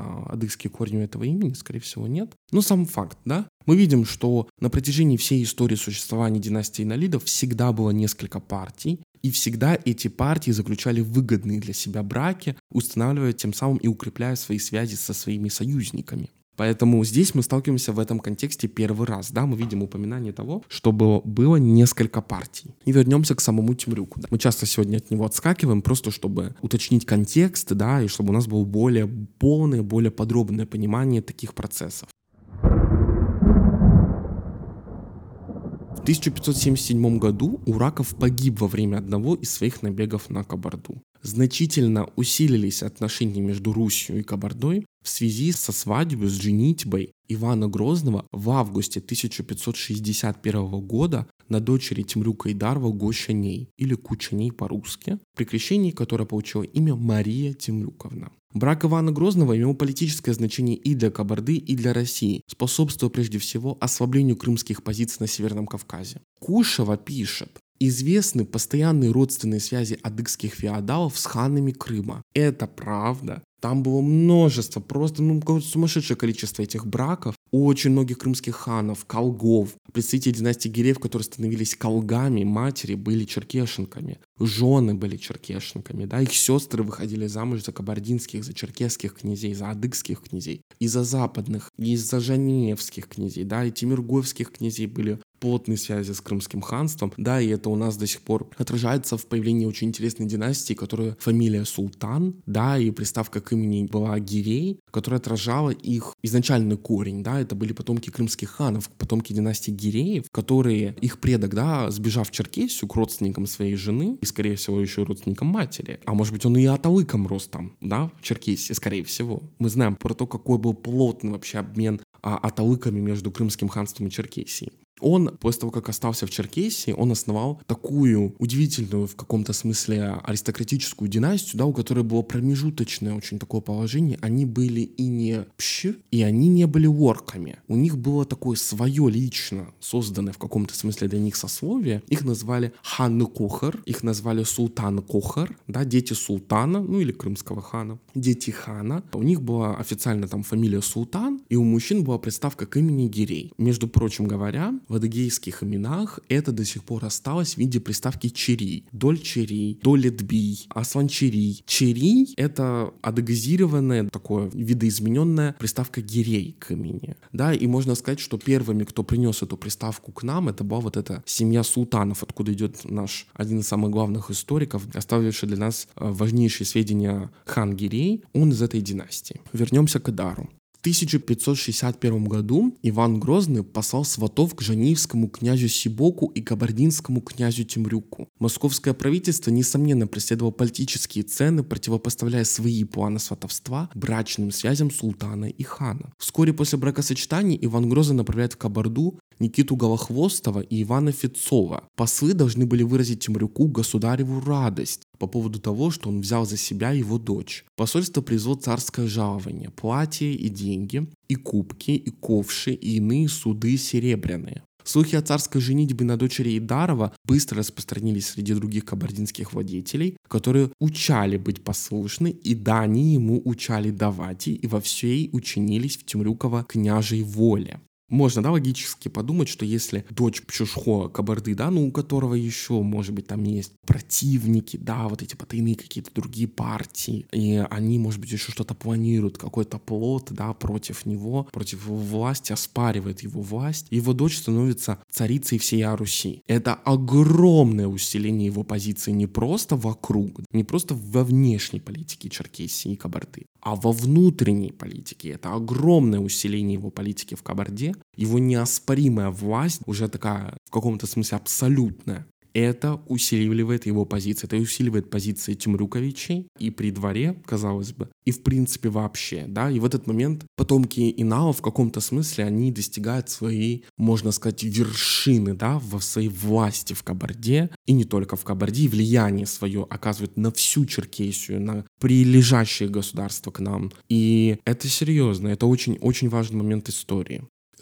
это адыгские корни у этого имени, скорее всего, нет. Но сам факт, да? Мы видим, что на протяжении всей истории существования династии Иналидов всегда было несколько партий, и всегда эти партии заключали выгодные для себя браки, устанавливая тем самым и укрепляя свои связи со своими союзниками. Поэтому здесь мы сталкиваемся в этом контексте первый раз, да, мы видим упоминание того, что было, было несколько партий. И вернемся к самому Темрюку. Да. Мы часто сегодня от него отскакиваем, просто чтобы уточнить контекст, да, и чтобы у нас было более полное, более подробное понимание таких процессов. В тысяча пятьсот семьдесят седьмом году Ураков погиб во время одного из своих набегов на Кабарду. Значительно усилились отношения между Русью и Кабардой в связи со свадьбой, с женитьбой Ивана Грозного в августе тысяча пятьсот шестьдесят первого года на дочери Темрюка Идарова Гощаней, или Кучаней по-русски, при крещении которой получила имя Мария Темрюковна. Брак Ивана Грозного имел политическое значение и для Кабарды, и для России, способствуя прежде всего ослаблению крымских позиций на Северном Кавказе. Кушева пишет: известны постоянные родственные связи адыгских феодалов с ханами Крыма. Это правда. Там было множество, просто ну, какое-то сумасшедшее количество этих браков. У очень многих крымских ханов, колгов, представители династии Гиреев, которые становились колгами, матери были черкешенками, жены были черкешенками, да, их сестры выходили замуж за кабардинских, за черкесских князей, за адыгских князей, и за западных, и за жанеевских князей, да, и тимиргоевских князей были плотные связи с Крымским ханством, да, и это у нас до сих пор отражается в появлении очень интересной династии, которая фамилия Султан, да, и приставка к имени была Гирей, которая отражала их изначальный корень, да, это были потомки крымских ханов, потомки династии Гиреев, которые, их предок, да, сбежав в Черкесию к родственникам своей жены, и, скорее всего, еще и родственникам матери, а может быть, он и аталыком рос там, да, в Черкесии, скорее всего. Мы знаем про то, какой был плотный вообще обмен а, аталыками между Крымским ханством и Черкесией. Он, после того, как остался в Черкесии, он основал такую удивительную в каком-то смысле аристократическую династию, да, у которой было промежуточное очень такое положение. Они были и не пщ, и они не были орками. У них было такое свое лично созданное в каком-то смысле для них сословие. Их назвали хан-кохар, их назвали султан-кохар, да, дети султана, ну или крымского хана, дети хана. У них была официально там фамилия Султан, и у мужчин была приставка к имени Гирей. Между прочим говоря, в адыгейских именах это до сих пор осталось в виде приставки Черий. Доль-Черий, Долетбий, Аслан-Черий. Черий — это адыгизированная, такое видоизмененная приставка Гирей к имени. Да, и можно сказать, что первыми, кто принес эту приставку к нам, это была вот эта семья султанов, откуда идет наш один из самых главных историков, оставивший для нас важнейшие сведения хан Гирей. Он из этой династии. Вернемся к Идару. В тысяча пятьсот шестьдесят первом году Иван Грозный послал сватов к жанеевскому князю Сибоку и кабардинскому князю Темрюку. Московское правительство, несомненно, преследовало политические цели, противопоставляя свои планы сватовства брачным связям султана и хана. Вскоре после бракосочетания Иван Грозный направляет в Кабарду Никиту Голохвостова и Ивана Фетцова. Послы должны были выразить Темрюку государеву радость по поводу того, что он взял за себя его дочь. Посольство привезло царское жалование, платье и деньги, и кубки, и ковши, и иные суды серебряные. Слухи о царской женитьбе на дочери Идарова быстро распространились среди других кабардинских владетелей, которые учали быть послушны, и дани ему учали давать, и во всей учинились в Темрюкова княжей воле. Можно, да, логически подумать, что если дочь Пчушхо Кабарды, да, ну, у которого еще, может быть, там есть противники, да, вот эти потайные какие-то другие партии, и они, может быть, еще что-то планируют, какой-то плот, да, против него, против его власти, оспаривает его власть, его дочь становится царицей всея Руси. Это огромное усиление его позиции не просто вокруг, не просто во внешней политике Черкесии и Кабарды, а во внутренней политике. Это огромное усиление его политики в Кабарде, его неоспоримая власть, уже такая в каком-то смысле абсолютная. Это усиливает его позиции, это усиливает позиции Темрюковичей и при дворе, казалось бы, и в принципе вообще, да, и в этот момент потомки Инао в каком-то смысле, они достигают своей, можно сказать, вершины, да, во своей власти в Кабарде, и не только в Кабарде, и влияние свое оказывают на всю Черкесию, на прилежащие государства к нам, и это серьезно, это очень-очень важный момент истории.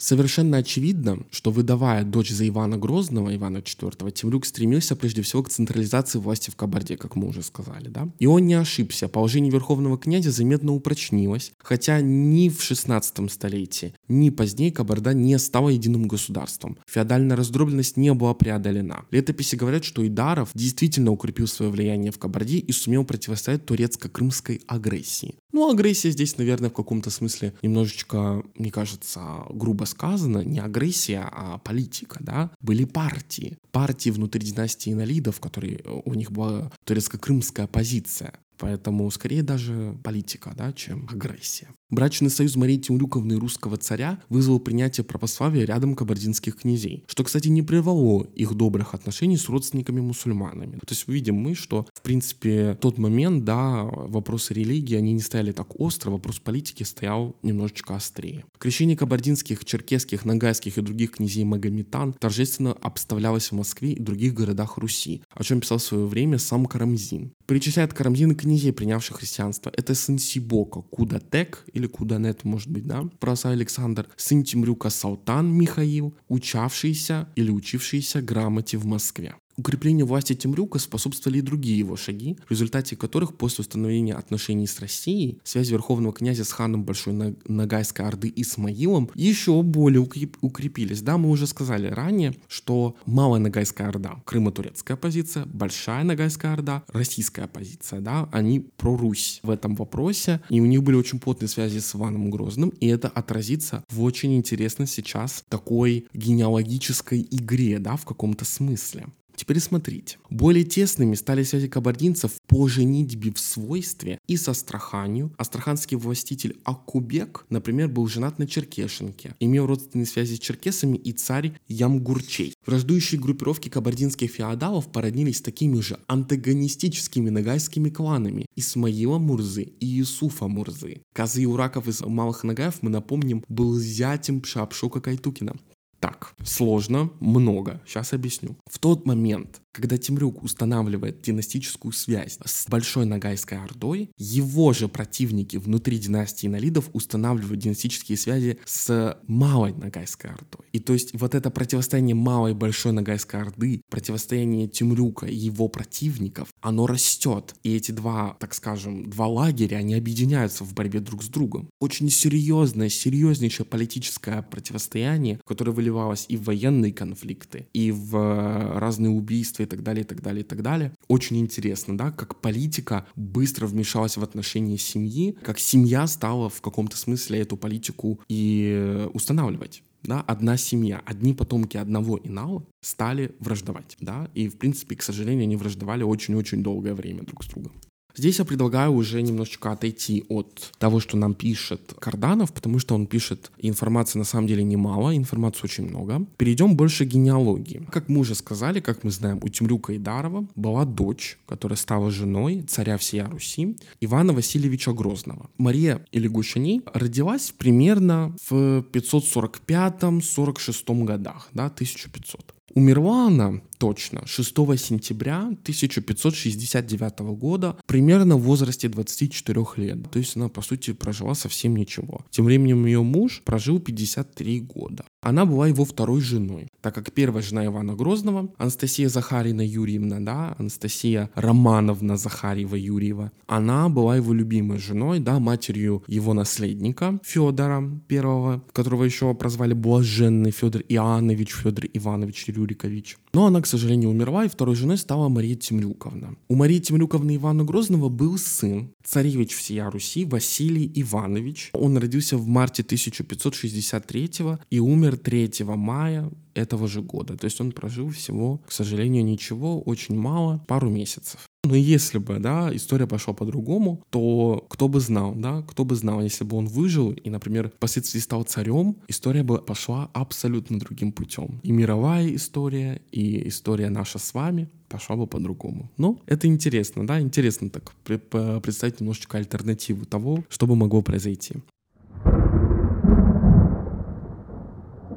Совершенно очевидно, что, выдавая дочь за Ивана Грозного, Ивана четвёртого, Темрюк стремился прежде всего к централизации власти в Кабарде, как мы уже сказали, да? И он не ошибся. Положение верховного князя заметно упрочнилось, хотя ни в шестнадцатом столетии, ни позднее Кабарда не стала единым государством. Феодальная раздробленность не была преодолена. Летописи говорят, что Идаров действительно укрепил свое влияние в Кабарде и сумел противостоять турецко-крымской агрессии. Ну, агрессия здесь, наверное, в каком-то смысле немножечко, мне кажется, грубо сказано, не агрессия, а политика, да. Были партии. Партии внутри династии Инолидов, которые у них была турецко-крымская позиция. Поэтому скорее даже политика, да, чем агрессия. Брачный союз Марии Темрюковны и русского царя вызвал принятие православия рядом кабардинских князей, что, кстати, не прервало их добрых отношений с родственниками-мусульманами. То есть видим мы, что, в принципе, в тот момент, да, вопросы религии, они не стояли так остро, вопрос политики стоял немножечко острее. Крещение кабардинских, черкесских, ногайских и других князей Магометан торжественно обставлялось в Москве и других городах Руси, о чем писал в свое время сам Карамзин. Перечисляет Карамзин князей, принявших христианство. Это сын Сибока, Кудатек, или Куданет, может быть, да, православный Александр, сын Темрюка Салтан Михаил, учавшийся или учившийся грамоте в Москве. Укреплению власти Темрюка способствовали и другие его шаги, в результате которых после установления отношений с Россией связь верховного князя с ханом Большой Ногайской Орды Исмаилом еще более укрепились. Да, мы уже сказали ранее, что Малая Ногайская Орда, крымо-турецкая позиция, Большая Ногайская Орда, российская позиция, да, они про Русь в этом вопросе, и у них были очень плотные связи с Иваном Грозным, и это отразится в очень интересной сейчас такой генеалогической игре, да, в каком-то смысле. Теперь смотрите. Более тесными стали связи кабардинцев по женитьбе в свойстве и с Астраханью. Астраханский властитель Акубек, например, был женат на черкешенке, имел родственные связи с черкесами и царь Ямгурчей. Враждующие группировки кабардинских феодалов породнились с такими же антагонистическими ногайскими кланами Исмаила Мурзы и Юсуфа Мурзы. Казы Ураков из Малых Ногаев, мы напомним, был зятем Пшапшука Кайтукина. Так, сложно, много. Сейчас объясню. В тот момент, когда Темрюк устанавливает династическую связь с Большой Ногайской Ордой, его же противники внутри династии Инолидов устанавливают династические связи с Малой Ногайской Ордой. И то есть вот это противостояние Малой и Большой Ногайской Орды, противостояние Темрюка и его противников, оно растет. И эти два, так скажем, два лагеря, они объединяются в борьбе друг с другом. Очень серьезное, серьезнейшее политическое противостояние, которое выливается и в военные конфликты, и в разные убийства, и так далее, и так далее, и так далее. Очень интересно, да, как политика быстро вмешалась в отношения семьи, как семья стала в каком-то смысле эту политику и устанавливать. Да, одна семья, одни потомки одного инала стали враждовать, да, и, в принципе, к сожалению, они враждовали очень-очень долгое время друг с другом. Здесь я предлагаю уже немножечко отойти от того, что нам пишет Карданов, потому что он пишет информации на самом деле немало, информации очень много. Перейдем больше к генеалогии. Как мы уже сказали, как мы знаем, у Темрюка Идарова была дочь, которая стала женой царя всея Руси Ивана Васильевича Грозного. Мария или Гущани родилась примерно в пятьсот сорок пятом — сорок шестом годах, да, тысяча пятьсот. Умерла она точно шестого сентября тысяча пятьсот шестьдесят девятого года, примерно в возрасте двадцати четырёх лет. То есть она, по сути, прожила совсем ничего. Тем временем ее муж прожил пятьдесят три года. Она была его второй женой, так как первая жена Ивана Грозного, Анастасия Захарьевна Юрьевна, да, Анастасия Романовна Захарьева-Юрьева, она была его любимой женой, да, матерью его наследника Федора Первого, которого еще прозвали Блаженный Федор Иоаннович, Федор Иванович Рюрикович. Но она, к сожалению, умерла, и второй женой стала Мария Темрюковна. У Марии Темрюковны Ивана Грозного был сын, царевич всея Руси Василий Иванович. Он родился в марте тысяча пятьсот шестьдесят третьего и умер третьего мая этого же года. То есть он прожил всего, к сожалению, ничего, очень мало, пару месяцев. Но если бы, да, история пошла по-другому, то кто бы знал, да, кто бы знал, если бы он выжил и, например, впоследствии стал царем, история бы пошла абсолютно другим путем. И мировая история, и история наша с вами пошла бы по-другому. Но это интересно, да, интересно так представить немножечко альтернативу того, что бы могло произойти.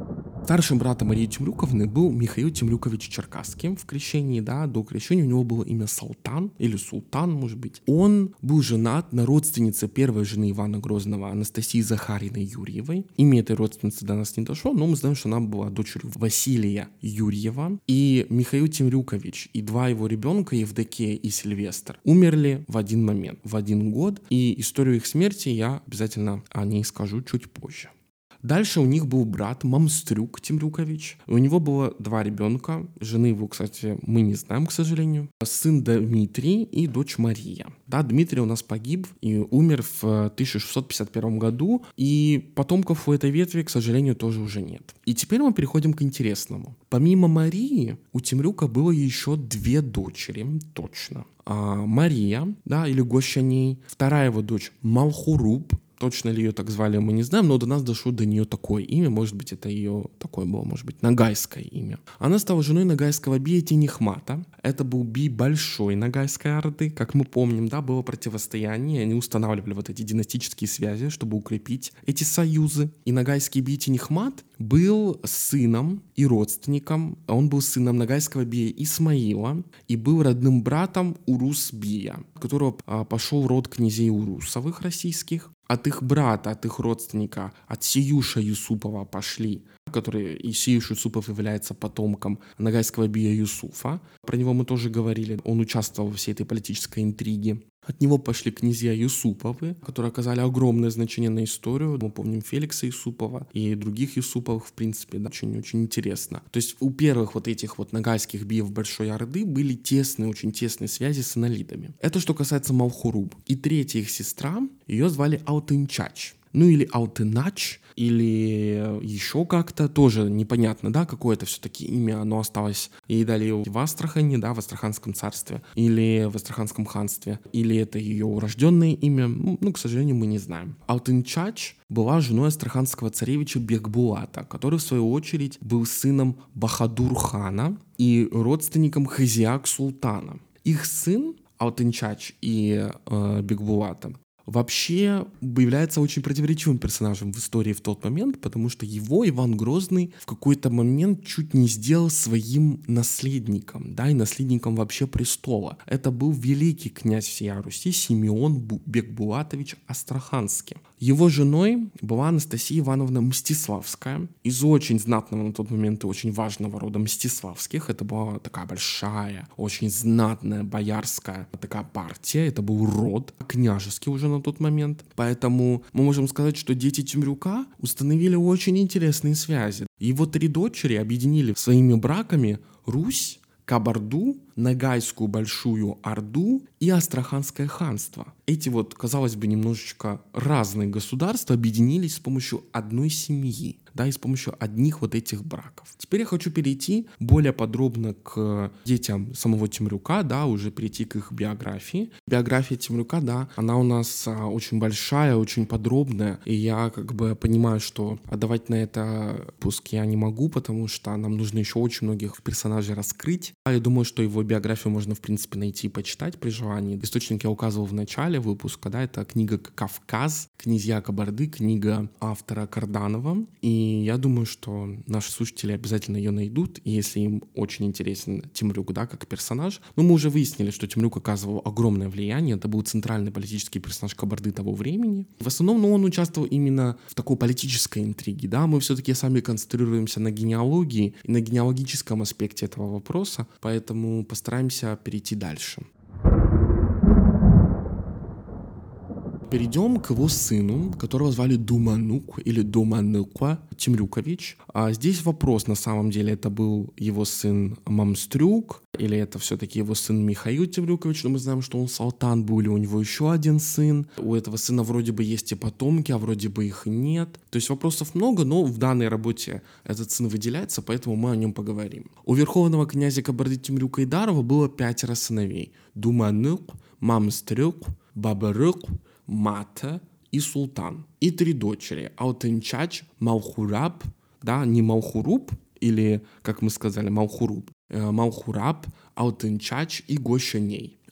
Старшим братом Марии Темрюковны был Михаил Темрюкович Черкасский в крещении, да, до крещения у него было имя Салтан или Султан, может быть. Он был женат на родственнице первой жены Ивана Грозного Анастасии Захариной Юрьевой. Имя этой родственницы до нас не дошло, но мы знаем, что она была дочерью Василия Юрьева. И Михаил Темрюкович и два его ребенка, Евдокия и Сильвестр, умерли в один момент, в один год. И историю их смерти я обязательно о ней скажу чуть позже. Дальше у них был брат Мамстрюк Темрюкович. У него было два ребенка. Жены его, кстати, мы не знаем, к сожалению. Сын Дмитрий и дочь Мария. Да, Дмитрий у нас погиб и умер в тысяча шестьсот пятьдесят первом году. И потомков у этой ветви, к сожалению, тоже уже нет. И теперь мы переходим к интересному. Помимо Марии, у Темрюка было еще две дочери, точно. А, Мария, да, или Гощаней. Вторая его дочь Малхуруб. Точно ли ее так звали, мы не знаем, но до нас дошло до нее такое имя. Может быть, это ее такое было, может быть, нагайское имя. Она стала женой нагайского бия Тенихмата. Это был бий большой нагайской орды. Как мы помним, да, было противостояние. Они устанавливали вот эти династические связи, чтобы укрепить эти союзы. И нагайский бий Тенихмат был сыном и родственником. Он был сыном нагайского бия Исмаила и был родным братом Урус-бия, от которого а, пошел род князей Урусовых российских. От их брата, от их родственника, от Сиюша Юсупова пошли, который и Сиюш Юсупов является потомком нагайского бия Юсуфа. Про него мы тоже говорили, он участвовал во всей этой политической интриге. От него пошли князья Юсуповы, которые оказали огромное значение на историю. Мы помним Феликса Юсупова и других Юсуповых, в принципе, да, очень-очень интересно. То есть у первых вот этих вот нагайских биев Большой Орды были тесные, очень тесные связи с инолидами. Это что касается Малхуруб. И третья их сестра, ее звали Алтынчач. Ну или Алтынач, или еще как-то, тоже непонятно, да, какое это все-таки имя, оно осталось ей дали в Астрахани, да, в Астраханском царстве, или в Астраханском ханстве, или это ее урожденное имя, ну, к сожалению, мы не знаем. Алтынчач была женой астраханского царевича Бекбулата, который, в свою очередь, был сыном Бахадур-хана и родственником Хызиак-султана. Их сын, Алтынчач и э, Бекбулата, вообще является очень противоречивым персонажем в истории в тот момент, потому что его Иван Грозный в какой-то момент чуть не сделал своим наследником, да, и наследником вообще престола. Это был великий князь всей Руси Симеон Бекбулатович Астраханский. Его женой была Анастасия Ивановна Мстиславская, из очень знатного на тот момент и очень важного рода Мстиславских. Это была такая большая, очень знатная боярская такая партия, это был род княжеский уже на тот момент. Поэтому мы можем сказать, что дети Темрюка установили очень интересные связи. Его три дочери объединили своими браками Русь, Кабарду, Нагайскую Большую Орду и Астраханское ханство. Эти вот, казалось бы, немножечко разные государства объединились с помощью одной семьи, да, и с помощью одних вот этих браков. Теперь я хочу перейти более подробно к детям самого Темрюка, да, уже перейти к их биографии. Биография Темрюка, да, она у нас а, очень большая, очень подробная, и я как бы понимаю, что отдавать на это выпуск я не могу, потому что нам нужно еще очень многих персонажей раскрыть. Я думаю, что его биографию можно, в принципе, найти и почитать при желании. Источник я указывал в начале выпуска, да, это книга «Кавказ», «Князья Кабарды», книга автора Карданова. И я думаю, что наши слушатели обязательно ее найдут, и если им очень интересен Темрюк, да, как персонаж. Но мы уже выяснили, что Темрюк оказывал огромное влияние, это был центральный политический персонаж Кабарды того времени. В основном, ну, он участвовал именно в такой политической интриге, да, мы все-таки сами концентрируемся на генеалогии и на генеалогическом аспекте этого вопроса, поэтому постараемся перейти дальше. Перейдем к его сыну, которого звали Думанук или Думануква Темрюкович. А здесь вопрос, на самом деле, это был его сын Мамстрюк, или это все-таки его сын Михаил Темрюкович, но мы знаем, что он Салтан был, или у него еще один сын. У этого сына вроде бы есть и потомки, а вроде бы их и нет. То есть вопросов много, но в данной работе этот сын выделяется, поэтому мы о нем поговорим. У верховного князя Кабарды Темрюка Идарова было пятеро сыновей. Думанук, Мамстрюк, Бабарык, Мата и Султан. И три дочери. Алтынчач, Малхураб, да, не Малхуруб, или, как мы сказали, Малхуруб, э, Малхураб, Алтынчач и Гощаней.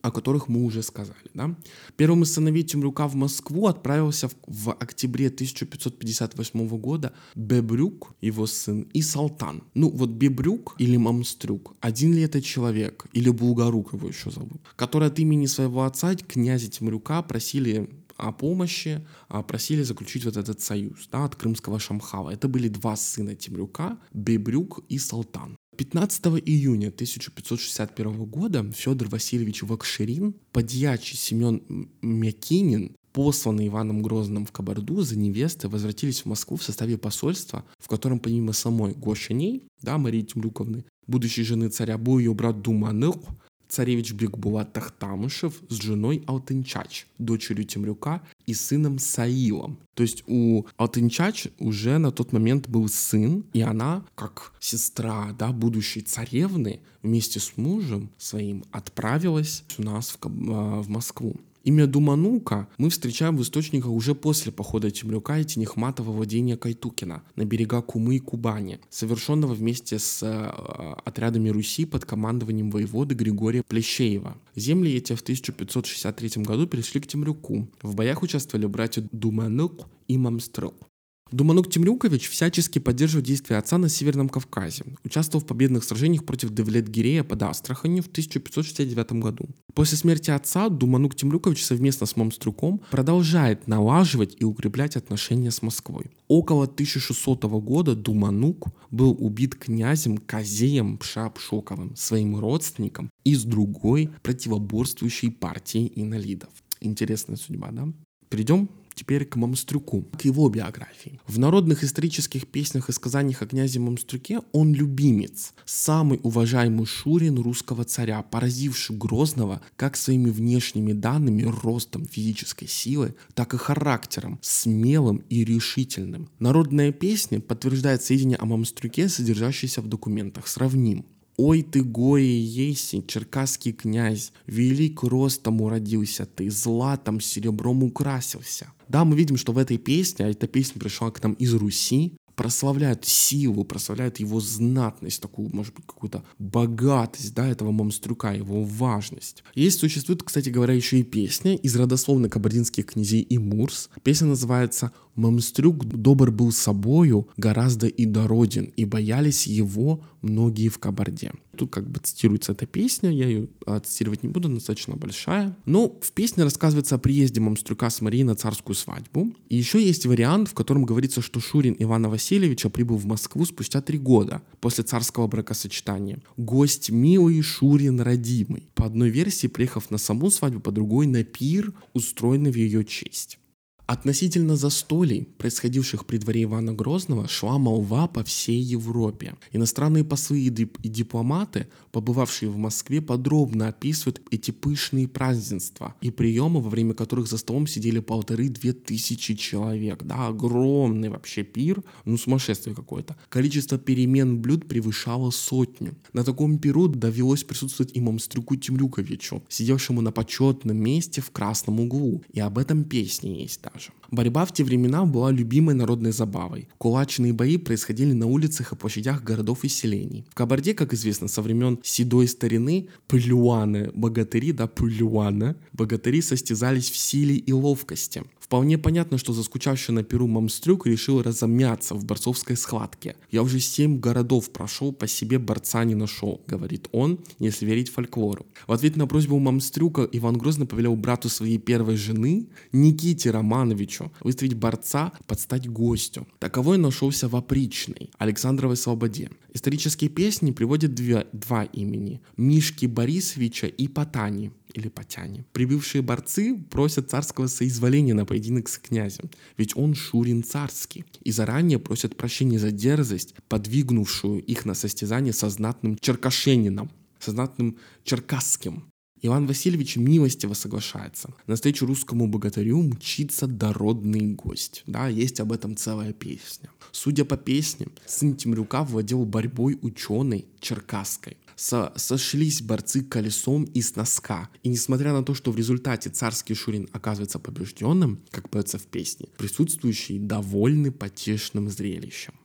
о которых мы уже сказали. Да? Первым из сыновей Темрюка в Москву отправился в, в октябре тысяча пятьсот пятьдесят восьмого года Бебрюк, его сын, и Салтан. Ну вот Бебрюк или Мамстрюк, один ли это человек, или Булгарук его еще зовут, который от имени своего отца, князя Темрюка, просили о помощи, просили заключить вот этот союз, да, от крымского Шамхала. Это были два сына Темрюка, Бебрюк и Салтан. пятнадцатого июня тысяча пятьсот шестьдесят первого года Федор Васильевич Вакшерин, подьячий Семен Мякинин, посланные Иваном Грозным в Кабарду за невестой, возвратились в Москву в составе посольства, в котором помимо самой Гошиней, да, Марии Темрюковны, будущей жены царя, был ее брат Думанык, царевич Бекбулат Тахтамышев с женой Алтынчач, дочерью Темрюка, и сыном Саилом. То есть у Алтынчач уже на тот момент был сын, и она, как сестра, да, будущей царевны, вместе с мужем своим отправилась у нас в, в Москву. Имя Думанука мы встречаем в источниках уже после похода Темрюка и Тенихмата во владение Кайтукина на берега Кумы и Кубани, совершенного вместе с э, отрядами Руси под командованием воеводы Григория Плещеева. Земли эти в тысяча пятьсот шестьдесят третьем году перешли к Темрюку. В боях участвовали братья Думанук и Мамстрюк. Думанук Темрюкович всячески поддерживал действия отца на Северном Кавказе, участвовал в победных сражениях против Девлет-Гирея под Астраханью в тысяча пятьсот шестьдесят девятом году. После смерти отца Думанук Темрюкович совместно с Мамстрюком продолжает налаживать и укреплять отношения с Москвой. Около тысяча шестисотого года Думанук был убит князем Казеем Пшапшоковым, своим родственником из другой противоборствующей партии инолидов. Интересная судьба, да? Перейдем теперь к Мамстрюку, к его биографии. В народных исторических песнях и сказаниях о князе Мамстрюке он любимец, самый уважаемый шурин русского царя, поразивший Грозного как своими внешними данными, ростом физической силы, так и характером, смелым и решительным. Народная песня подтверждает сведения о Мамстрюке, содержащиеся в документах. Сравним. «Ой ты, горе еси, черкасский князь, велик ростом уродился ты, златом серебром украсился». Да, мы видим, что в этой песне, а эта песня пришла к нам из Руси, прославляют силу, прославляют его знатность, такую, может быть, какую-то богатость, да, этого Мамстрюка, его важность. Есть, существует, кстати говоря, еще и песня из родословной кабардинских князей и Мурс. Песня называется «Мамстрюк добр был собою, гораздо и дороден, и боялись его многие в Кабарде». Тут как бы цитируется эта песня, я ее цитировать не буду, она достаточно большая. Но в песне рассказывается о приезде Мамстрюка с Марией на царскую свадьбу. И еще есть вариант, в котором говорится, что шурин Ивана Васильевича прибыл в Москву спустя три года после царского бракосочетания. Гость милый, шурин родимый. По одной версии, приехав на саму свадьбу, по другой на пир, устроенный в ее честь. Относительно застолий, происходивших при дворе Ивана Грозного, шла молва по всей Европе. Иностранные послы и, дип- и дипломаты, побывавшие в Москве, подробно описывают эти пышные празднества и приемы, во время которых за столом сидели полторы-две тысячи человек. Да, огромный вообще пир, ну сумасшествие какое-то. Количество перемен блюд превышало сотню. На таком пиру довелось присутствовать и Мамстрюку Темрюковичу, сидевшему на почетном месте в красном углу. И об этом песни есть даже. Борьба в те времена была любимой народной забавой. Кулачные бои происходили на улицах и площадях городов и селений. В Кабарде, как известно, со времен седой старины пылюаны, богатыри, да, пылюаны, богатыри состязались в силе и ловкости. Вполне понятно, что заскучавший на пиру Мамстрюк решил разомняться в борцовской схватке. «Я уже семь городов прошел, по себе борца не нашел», — говорит он, если верить фольклору. В ответ на просьбу Мамстрюка Иван Грозный повелел брату своей первой жены, Никите Романовичу, выставить борца под стать гостю. Таковой нашелся в опричной, Александровой Слободе. Исторические песни приводят две, два имени — Мишки Борисовича и Потани, или Потяни. Прибывшие борцы просят царского соизволения на поединок с князем, ведь он шурин царский, и заранее просят прощения за дерзость, подвигнувшую их на состязание со знатным черкашенином, со знатным черкасским. Иван Васильевич милостиво соглашается. Навстречу русскому богатырю мчится дородный гость. Да, есть об этом целая песня. Судя по песне, сын Темрюка владел борьбой ученой черкасской. Со- сошлись борцы колесом и с носка. И несмотря на то, что в результате царский шурин оказывается побежденным, как поется в песне, присутствующие довольны потешным зрелищем.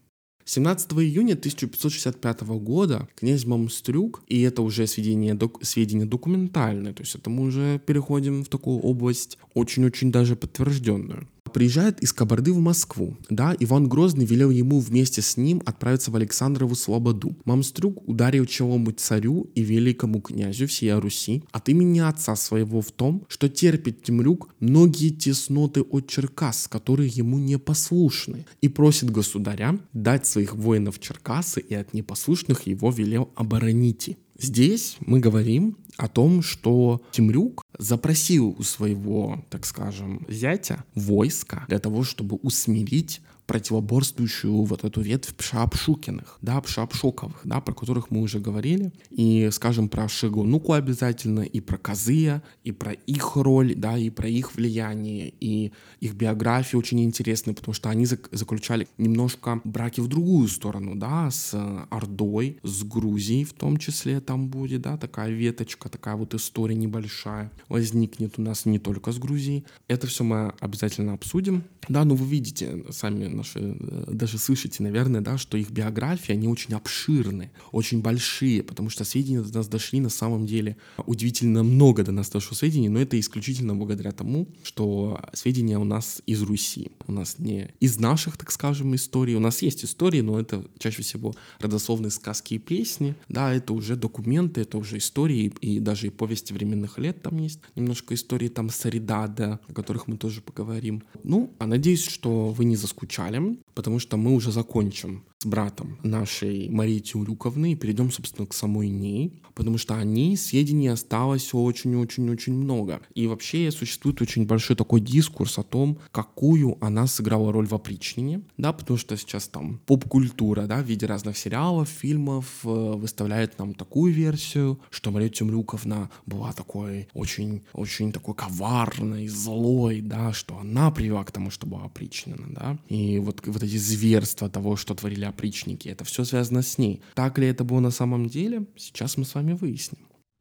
семнадцатого июня тысяча пятьсот шестьдесят пятого года князь Мамстрюк, и это уже сведения, док, сведения документальные, то есть это мы уже переходим в такую область очень-очень даже подтвержденную. Приезжает из Кабарды в Москву, да, Иван Грозный велел ему вместе с ним отправиться в Александрову Слободу. Мамстрюк ударил челом царю и великому князю всей Руси от имени отца своего в том, что терпит Темрюк многие тесноты от Черкас, которые ему не послушны, и просит государя дать своих воинов в Черкасы, и от непослушных его велел обороните. Здесь мы говорим о том, что Темрюк запросил у своего, так скажем, зятя войска для того, чтобы усмирить противоборствующую вот эту ветвь Пшаапшукиных, да, Пшаапшоковых, да, про которых мы уже говорили. И скажем про Шигонуку обязательно, и про Казыя, и про их роль, да, и про их влияние, и их биографии очень интересны, потому что они заключали немножко браки в другую сторону, да, с Ордой, с Грузией в том числе там будет, да, такая веточка, такая вот история небольшая возникнет у нас не только с Грузией. Это все мы обязательно обсудим. Да, ну вы видите сами наши, даже слышите, наверное, да, что их биографии, они очень обширны, очень большие, потому что сведения до нас дошли на самом деле удивительно много до нас дошло сведений, но это исключительно благодаря тому, что сведения у нас из Руси, у нас не из наших, так скажем, историй, у нас есть истории, но это чаще всего родословные сказки и песни, да, это уже документы, это уже истории, и даже и повести временных лет там есть, немножко истории там Саридада, о которых мы тоже поговорим. Ну, а надеюсь, что вы не заскучали, потому что мы уже закончим с братом нашей Марии Темрюковны и перейдем, собственно, к самой ней, потому что о ней сведений осталось очень-очень-очень много. И вообще существует очень большой такой дискурс о том, какую она сыграла роль в опричнине, да, потому что сейчас там поп-культура, да, в виде разных сериалов, фильмов выставляет нам такую версию, что Мария Темрюковна была такой очень-очень такой коварной, злой, да, что она привела к тому, что была опричнена, да, и вот, вот эти зверства того, что творили опричники, это все связано с ней. Так ли это было на самом деле? Сейчас мы с вами выясним.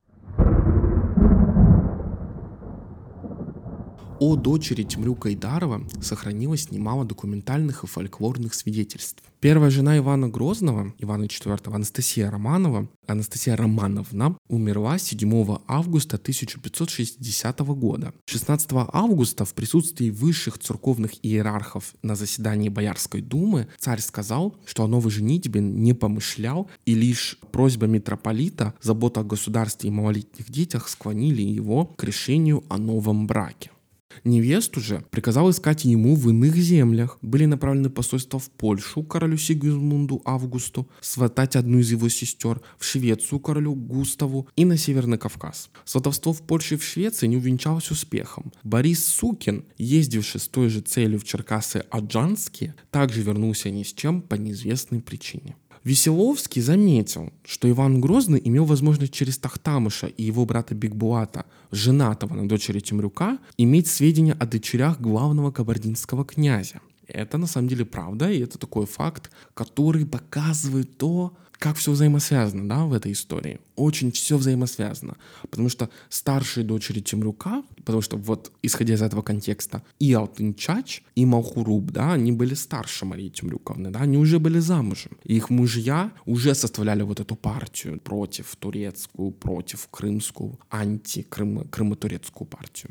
О дочери Темрюка Айдарова сохранилось немало документальных и фольклорных свидетельств. Первая жена Ивана Грозного, Ивана четвёртого, Анастасия Романова, Анастасия Романовна, умерла седьмого августа тысяча пятьсот шестидесятого года. шестнадцатого августа в присутствии высших церковных иерархов на заседании Боярской думы царь сказал, что о новой женитьбе не помышлял, и лишь просьба митрополита, забота о государстве и малолетних детях склонили его к решению о новом браке. Невесту же приказал искать ему в иных землях. Были направлены посольства в Польшу королю Сигизмунду Августу, сватать одну из его сестер, в Швецию королю Густаву и на Северный Кавказ. Сватовство в Польше и в Швеции не увенчалось успехом. Борис Сукин, ездивший с той же целью в Черкасы Аджанские, также вернулся ни с чем по неизвестной причине. Веселовский заметил, что Иван Грозный имел возможность через Тахтамыша и его брата Бикбулата, женатого на дочери Темрюка, иметь сведения о дочерях главного кабардинского князя. Это на самом деле правда, и это такой факт, который показывает то, как все взаимосвязано, да, в этой истории. Очень все взаимосвязано. Потому что старшие дочери Темрюка, потому что вот, исходя из этого контекста, и Алтынчач, и Малхуруб, да, они были старше Марии Темрюковны, да, они уже были замужем. И их мужья уже составляли вот эту партию против турецкую, против крымскую, анти-крымо-турецкую партию.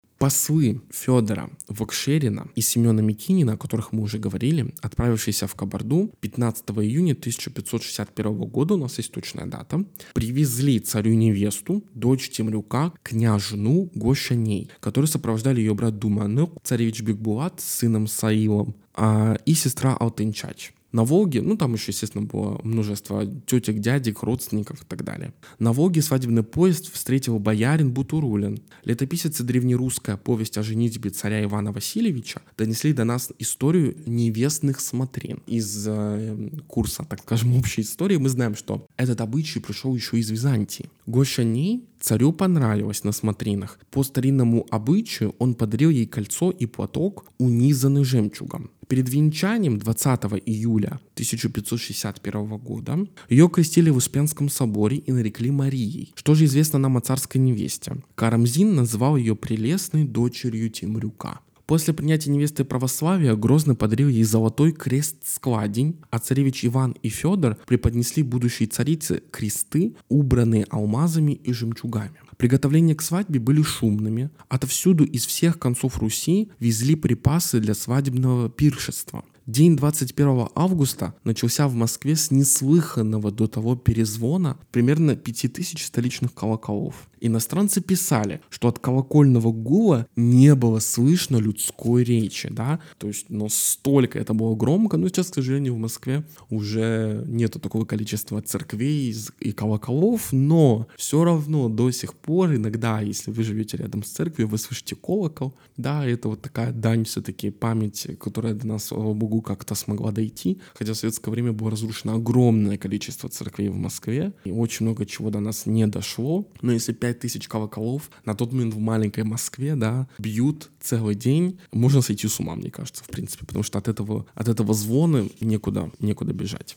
Послы Федора Вокшерина и Семена Микинина, о которых мы уже говорили, отправившиеся в Кабарду пятнадцатого июня тысяча пятьсот шестьдесят первого года, у нас есть точная дата, привезли царю невесту, дочь Темрюка, княжну Гошаней, которые сопровождали ее брат Думаныр, царевич Бикбулат с сыном Саилом, а, и сестра Алтынчач. На Волге, ну там еще, естественно, было множество тетек, дядек, родственников и так далее. На Волге свадебный поезд встретил боярин Бутурулин. Летописцы древнерусская повесть о женитьбе царя Ивана Васильевича донесли до нас историю невестных смотрин. Из э, курса, так скажем, общей истории мы знаем, что этот обычай пришел еще из Византии. Гошаней царю понравилось на смотринах. По старинному обычаю он подарил ей кольцо и платок, унизанный жемчугом. Перед венчанием двадцатого июля тысяча пятьсот шестьдесят первого года ее крестили в Успенском соборе и нарекли Марией. Что же известно нам о царской невесте? Карамзин назвал ее прелестной дочерью Темрюка. После принятия невесты православия Грозный подарил ей золотой крест-складень, а царевич Иван и Федор преподнесли будущей царице кресты, убранные алмазами и жемчугами. Приготовления к свадьбе были шумными. Отовсюду из всех концов Руси везли припасы для свадебного пиршества. День двадцать первого августа начался в Москве с неслыханного до того перезвона примерно пяти тысяч столичных колоколов. Иностранцы писали, что от колокольного гула не было слышно людской речи, да, то есть настолько это было громко, но сейчас, к сожалению, в Москве уже нету такого количества церквей и колоколов, но все равно до сих пор иногда, если вы живете рядом с церковью, вы слышите колокол, да, это вот такая дань все-таки памяти, которая до нас, слава богу, как-то смогла дойти, хотя в советское время было разрушено огромное количество церквей в Москве, и очень много чего до нас не дошло, но если пять тысяч колоколов на тот момент в маленькой Москве, да, бьют целый день, можно сойти с ума, мне кажется, в принципе, потому что от этого, от этого звона некуда, некуда бежать.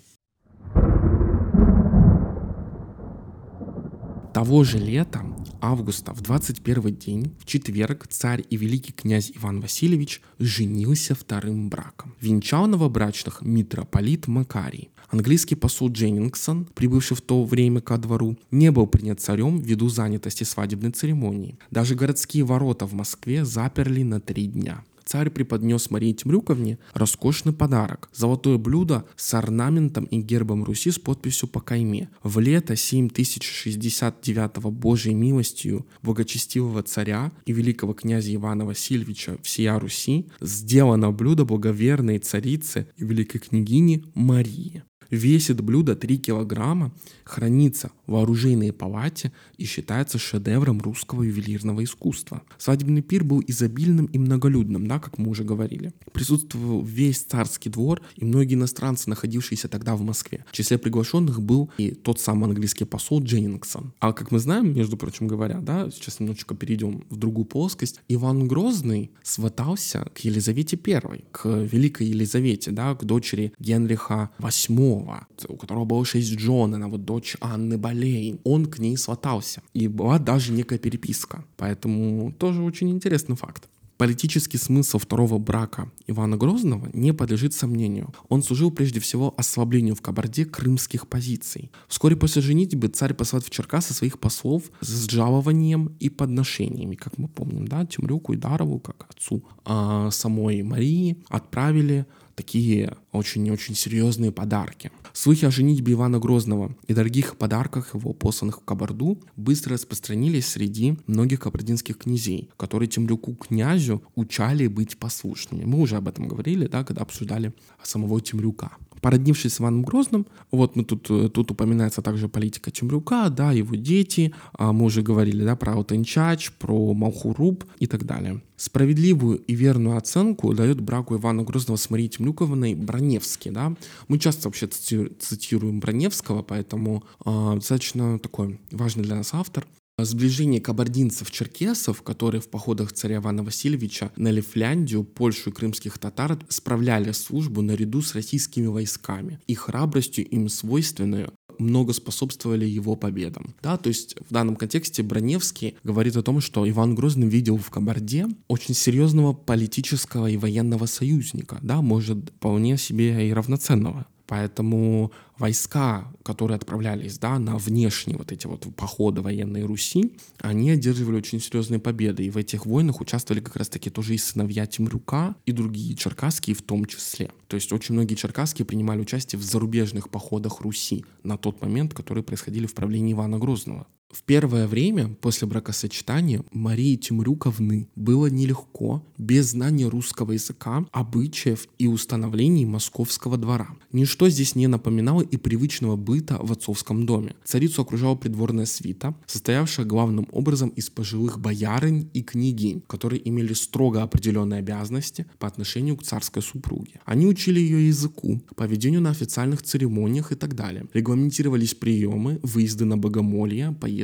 Того же лета, августа, в двадцать первый день, в четверг, царь и великий князь Иван Васильевич женился вторым браком. Венчал новобрачных митрополит Макарий. Английский посол Дженнингсон, прибывший в то время ко двору, не был принят царем ввиду занятости свадебной церемонии. Даже городские ворота в Москве заперли на три дня. Царь преподнес Марии Темрюковне роскошный подарок – золотое блюдо с орнаментом и гербом Руси с подписью по кайме. В лето семь тысяч шестьдесят девятого Божьей милостью благочестивого царя и великого князя Ивана Васильевича всея Руси сделано блюдо благоверной царицы и великой княгини Марии. Весит блюдо три килограмма, хранится в оружейной палате и считается шедевром русского ювелирного искусства. Свадебный пир был изобильным и многолюдным, да, как мы уже говорили. Присутствовал весь царский двор и многие иностранцы, находившиеся тогда в Москве. В числе приглашенных был и тот самый английский посол Дженнингсон. А как мы знаем, между прочим говоря, да, сейчас немножечко перейдем в другую плоскость, Иван Грозный сватался к Елизавете Первой, к великой Елизавете, да, к дочери Генриха Восьмого, у которого было шесть жен, она вот дочь Анны Болейн. Он к ней сватался. И была даже некая переписка. Поэтому тоже очень интересный факт. Политический смысл второго брака Ивана Грозного не подлежит сомнению. Он служил прежде всего ослаблению в Кабарде крымских позиций. Вскоре после женитьбы царь посылает в Черкассы своих послов с жалованием и подношениями, как мы помним, да, Темрюку и Дарову, как отцу а самой Марии, отправили такие очень-очень серьезные подарки. Слухи о женитьбе Ивана Грозного и дорогих подарках его, посланных в Кабарду, быстро распространились среди многих кабардинских князей, которые Темрюку князю учали быть послушными. Мы уже об этом говорили, да, когда обсуждали самого Темрюка. Породнившись с Иваном Грозным, вот мы тут, тут упоминается также политика Темрюка, да, его дети, мы уже говорили, да, про Алтынчач, про Малхуруб и так далее. Справедливую и верную оценку дает браку Ивана Грозного с Марией Темрюковной Броневский, да. Мы часто вообще цитируем Броневского, поэтому э, достаточно такой важный для нас автор. Сближение кабардинцев-черкесов, которые в походах царя Ивана Васильевича на Лифляндию, Польшу и крымских татар справляли службу наряду с российскими войсками, и храбростью им свойственную много способствовали его победам. Да, то есть в данном контексте Броневский говорит о том, что Иван Грозный видел в Кабарде очень серьезного политического и военного союзника, да, может вполне себе и равноценного. Поэтому войска, которые отправлялись, да, на внешние вот эти вот походы военной Руси, они одерживали очень серьезные победы. И в этих войнах участвовали как раз-таки тоже и сыновья Темрюка, и другие черкасские в том числе. То есть очень многие черкасские принимали участие в зарубежных походах Руси на тот момент, которые происходили в правлении Ивана Грозного. В первое время после бракосочетания Марии Темрюковны было нелегко, без знания русского языка, обычаев и установлений московского двора. Ничто здесь не напоминало и привычного быта в отцовском доме. Царицу окружала придворная свита, состоявшая главным образом из пожилых боярынь и княгинь, которые имели строго определенные обязанности по отношению к царской супруге. Они учили ее языку, поведению на официальных церемониях и так далее. Регламентировались приемы, выезды на богомолье, поездки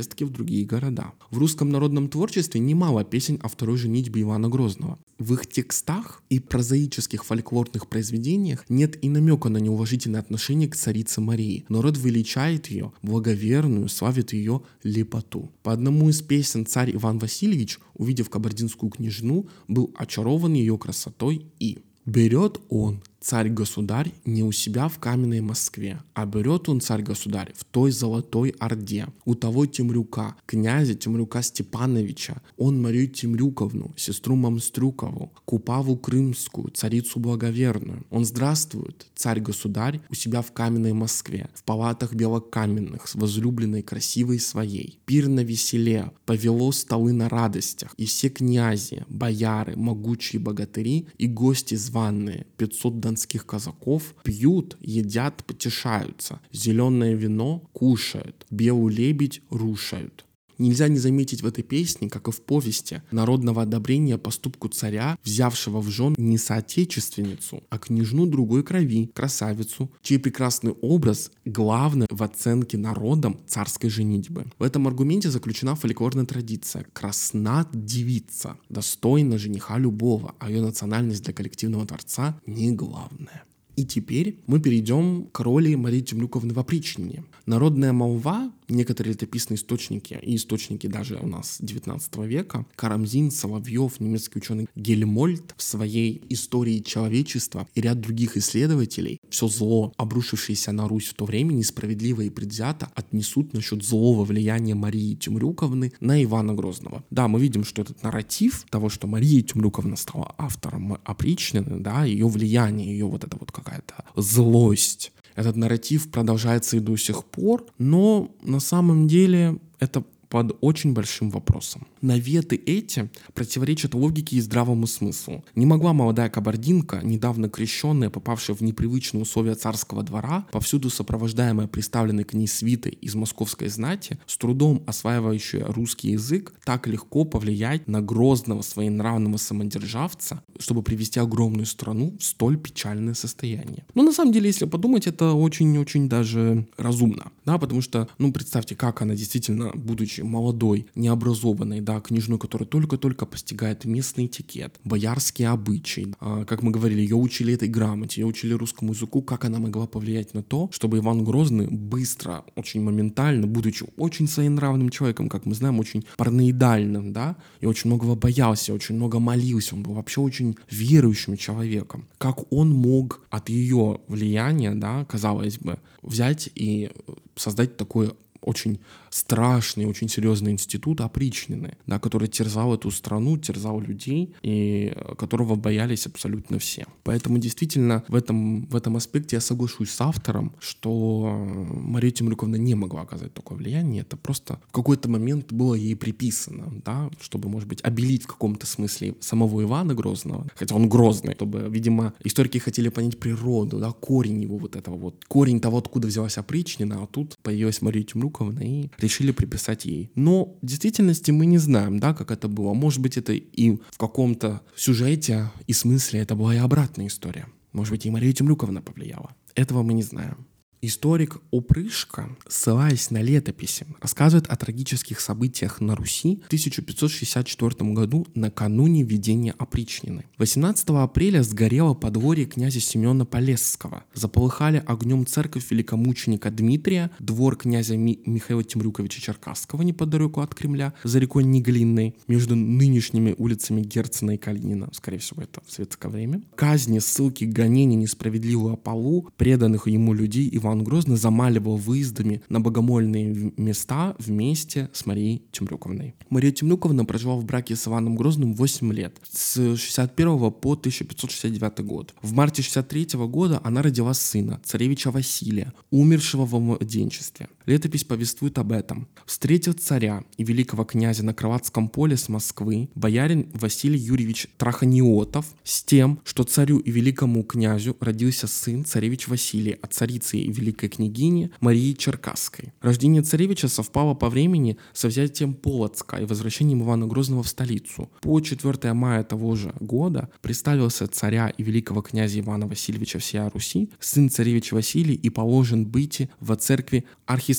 поездки в другие города. В русском народном творчестве немало песен о второй женитьбе Ивана Грозного. В их текстах и прозаических фольклорных произведениях нет и намека на неуважительное отношение к царице Марии. Народ величает ее, благоверную, славит ее лепоту. По одному из песен царь Иван Васильевич, увидев кабардинскую княжну, был очарован ее красотой и «берет он, царь-государь, не у себя в каменной Москве, а берет он, царь-государь, в той золотой Орде, у того Темрюка, князя Темрюка Степановича, он Марию Темрюковну, сестру Мамстрюкову, Купаву Крымскую, царицу благоверную. Он здравствует, царь-государь, у себя в каменной Москве, в палатах белокаменных, с возлюбленной красивой своей. Пир на веселе, повело столы на радостях, и все князи, бояры, могучие богатыри и гости званные, пятьсот донских казаков, пьют, едят, потешаются, зеленое вино кушают, белую лебедь рушают. Нельзя не заметить в этой песне, как и в повести, народного одобрения поступку царя, взявшего в жен не соотечественницу, а княжну другой крови, красавицу, чей прекрасный образ главный в оценке народом царской женитьбы. В этом аргументе заключена фольклорная традиция. Красна девица, достойна жениха любого, а ее национальность для коллективного дворца не главная. И теперь мы перейдем к роли Марии Темрюковны в опричнине. Народная молва, некоторые летописные источники и источники даже у нас девятнадцатого века, Карамзин, Соловьев, немецкий ученый Гельмольд в своей истории человечества и ряд других исследователей все зло, обрушившееся на Русь в то время, несправедливо и предвзято отнесут насчет злого влияния Марии Темрюковны на Ивана Грозного. Да, мы видим, что этот нарратив того, что Мария Темрюковна стала автором опричнины, да, ее влияние, ее вот это вот какая-то злость. Этот нарратив продолжается и до сих пор, но на самом деле это под очень большим вопросом. Наветы эти противоречат логике и здравому смыслу. Не могла молодая кабардинка, недавно крещенная, попавшая в непривычные условия царского двора, повсюду сопровождаемая представленной к ней свитой из московской знати, с трудом осваивающая русский язык, так легко повлиять на грозного своенравного самодержавца, чтобы привести огромную страну в столь печальное состояние. Но на самом деле, если подумать, это очень-очень даже разумно. Да, потому что, ну, представьте, как она действительно, будучи молодой, необразованной, да, княжной, которая только-только постигает местный этикет, боярские обычаи. А, как мы говорили, ее учили этой грамоте, ее учили русскому языку, как она могла повлиять на то, чтобы Иван Грозный быстро, очень моментально, будучи очень своенравным человеком, как мы знаем, очень параноидальным, да, и очень многого боялся, очень много молился, он был вообще очень верующим человеком. Как он мог от ее влияния, да, казалось бы, взять и создать такое очень страшный, очень серьезный институт опричнины, да, который терзал эту страну, терзал людей, и которого боялись абсолютно все. Поэтому действительно в этом, в этом аспекте я соглашусь с автором, что Мария Темрюковна не могла оказать такое влияние, это просто в какой-то момент было ей приписано, да, чтобы, может быть, обелить в каком-то смысле самого Ивана Грозного, хотя он грозный, чтобы, видимо, историки хотели понять природу, да, корень его вот этого вот, корень того, откуда взялась опричнина, а тут появилась Мария Темрюковна и решили приписать ей. Но в действительности мы не знаем, да, как это было. Может быть, это и в каком-то сюжете и смысле это была и обратная история. Может быть, и Мария Темрюковна повлияла. Этого мы не знаем. Историк Опрышко, ссылаясь на летописи, рассказывает о трагических событиях на Руси в тысяча пятьсот шестьдесят четвёртом году накануне введения опричнины. восемнадцатого апреля сгорело подворье князя Семена Полесского. Заполыхали огнем церковь великомученика Дмитрия, двор князя Ми- Михаила Темрюковича Черкасского неподалеку от Кремля, за рекой Неглинной, между нынешними улицами Герцена и Калинина, скорее всего, это в советское время. Казни, ссылки, гонения, несправедливую опалу преданных ему людей Иван Иван Грозный замаливал выездами на богомольные места вместе с Марией Темрюковной. Мария Темрюковна прожила в браке с Иваном Грозным восемь лет, с шестьдесят первого по тысяча пятьсот шестьдесят девятый год. В марте шестьдесят третьего года она родила сына, царевича Василия, умершего во младенчестве. Летопись повествует об этом. Встретил царя и великого князя на Крылатском поле с Москвы боярин Василий Юрьевич Траханиотов с тем, что царю и великому князю родился сын, царевич Василий, от царицы и великой княгини Марии Черкасской. Рождение царевича совпало по времени со взятием Полоцка и возвращением Ивана Грозного в столицу. По четвёртого мая того же года представился царя и великого князя Ивана Васильевича всея Руси, сын царевича Василий, и положен быти во церкви архистратига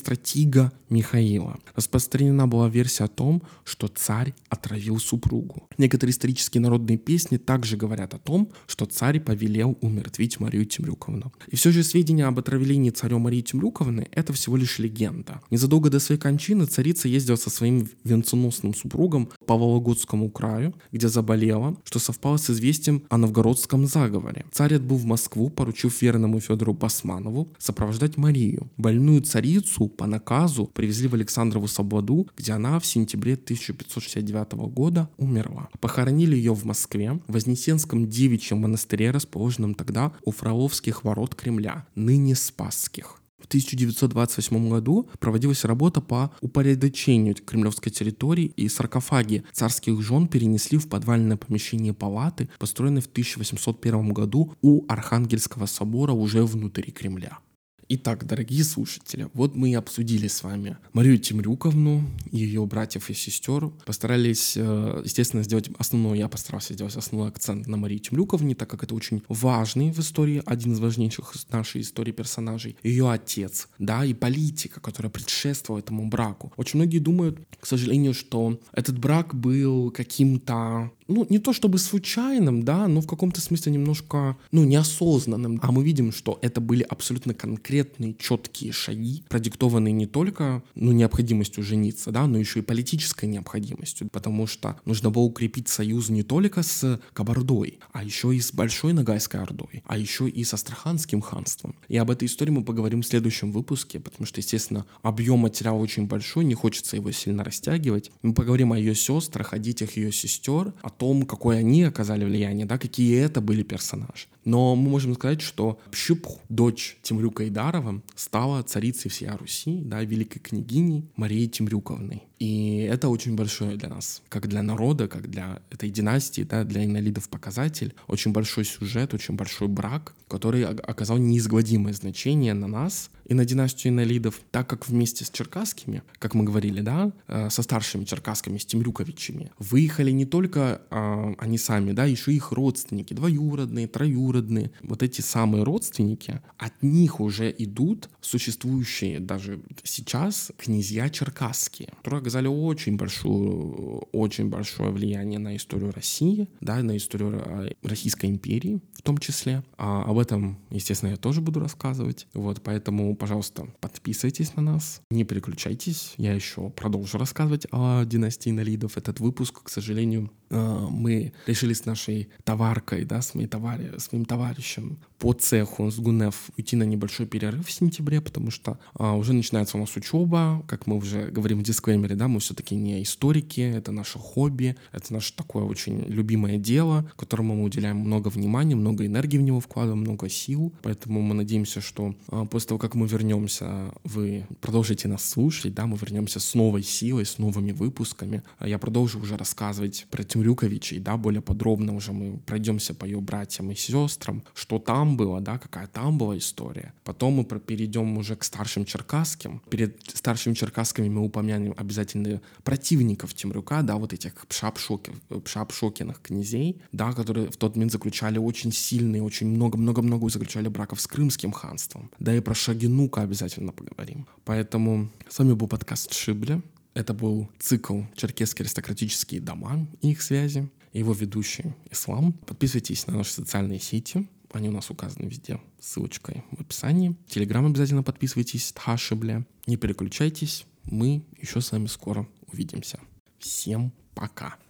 стратега Михаила. Распространена была версия о том, что царь отравил супругу. Некоторые исторические народные песни также говорят о том, что царь повелел умертвить Марию Темрюковну. И все же сведения об отравлении царем Марии Темрюковны — это всего лишь легенда. Незадолго до своей кончины царица ездила со своим венценосным супругом по Вологодскому краю, где заболела, что совпало с известием о новгородском заговоре. Царь отбыл в Москву, поручив верному Федору Басманову сопровождать Марию. Больную царицу по наказу привезли в Александрову Слободу, где она в сентябре тысяча пятьсот шестьдесят девятого года умерла. Похоронили ее в Москве, в Вознесенском девичьем монастыре, расположенном тогда у Фроловских ворот Кремля, ныне Спасских. В тысяча девятьсот двадцать восьмом году проводилась работа по упорядочению кремлевской территории, и саркофаги царских жен перенесли в подвальное помещение палаты, построенной в тысяча восемьсот первом году у Архангельского собора уже внутри Кремля. Итак, дорогие слушатели, вот мы и обсудили с вами Марию Темрюковну, ее братьев и сестер. Постарались, естественно, сделать основной, я постарался сделать основной акцент на Марии Темрюковне, так как это очень важный в истории, один из важнейших в нашей истории персонажей. Ее отец, да, и политика, которая предшествовала этому браку. Очень многие думают, к сожалению, что этот брак был каким-то, ну, не то чтобы случайным, да, но в каком-то смысле немножко, ну, неосознанным. А мы видим, что это были абсолютно конкретные, четкие шаги, продиктованные не только, ну, необходимостью жениться, да, но еще и политической необходимостью, потому что нужно было укрепить союз не только с Кабардой, а еще и с Большой Ногайской Ордой, а еще и с Астраханским ханством. И об этой истории мы поговорим в следующем выпуске, потому что, естественно, объем материала очень большой, не хочется его сильно растягивать. Мы поговорим о ее сестрах, о детях ее сестер, о том, какое они оказали влияние, да, какие это были персонажи. Но мы можем сказать, что Пщипху, дочь Темрюка Идарова, стала царицей всей Руси, да, великой княгиней Марией Темрюковной. И это очень большое для нас, как для народа, как для этой династии, да, для инвалидов показатель. Очень большой сюжет, очень большой брак, который оказал неизгладимое значение на нас и на династию инвалидов, так как вместе с черкасскими, как мы говорили, да, со старшими черкасскими, с Темрюковичами, выехали не только э, они сами, да, еще их родственники, двоюродные, троюродные. Вот эти самые родственники, от них уже идут существующие даже сейчас князья черкасские, которые оказали очень большую, очень большое влияние на историю России, да, на историю Российской империи в том числе. А об этом, естественно, я тоже буду рассказывать. Вот, поэтому, пожалуйста, подписывайтесь на нас, не переключайтесь. Я еще продолжу рассказывать о династии инвалидов. Этот выпуск, к сожалению, мы решили с нашей товаркой, да, с, моей товари, с моим товарищем по цеху с ГУНЭФ уйти на небольшой перерыв в сентябре, потому что а, уже начинается у нас учеба, как мы уже говорим в дисклеймере, да, мы все-таки не историки, это наше хобби, это наше такое очень любимое дело, которому мы уделяем много внимания, много энергии в него вкладываем, много сил, поэтому мы надеемся, что а, после того, как мы вернемся, вы продолжите нас слушать, да, мы вернемся с новой силой, с новыми выпусками. Я продолжу уже рассказывать про Темрюковичей, да, более подробно уже мы пройдемся по ее братьям и сестрам, что там было, да, какая там была история. Потом мы перейдем уже к старшим черкасским. Перед старшими черкасскими мы упомянем обязательно противников Темрюка, да, вот этих Пшапшокиных князей, да, которые в тот момент заключали очень сильные, очень много-много-много заключали браков с Крымским ханством. Да и про Шагинука обязательно поговорим. Поэтому с вами был подкаст Шибля. Это был цикл «Черкесские аристократические дома и их связи». Его ведущий Ислам. Подписывайтесь на наши социальные сети. Они у нас указаны везде ссылочкой в описании. В Телеграм обязательно подписывайтесь. Тхашибля. Не переключайтесь. Мы еще с вами скоро увидимся. Всем пока.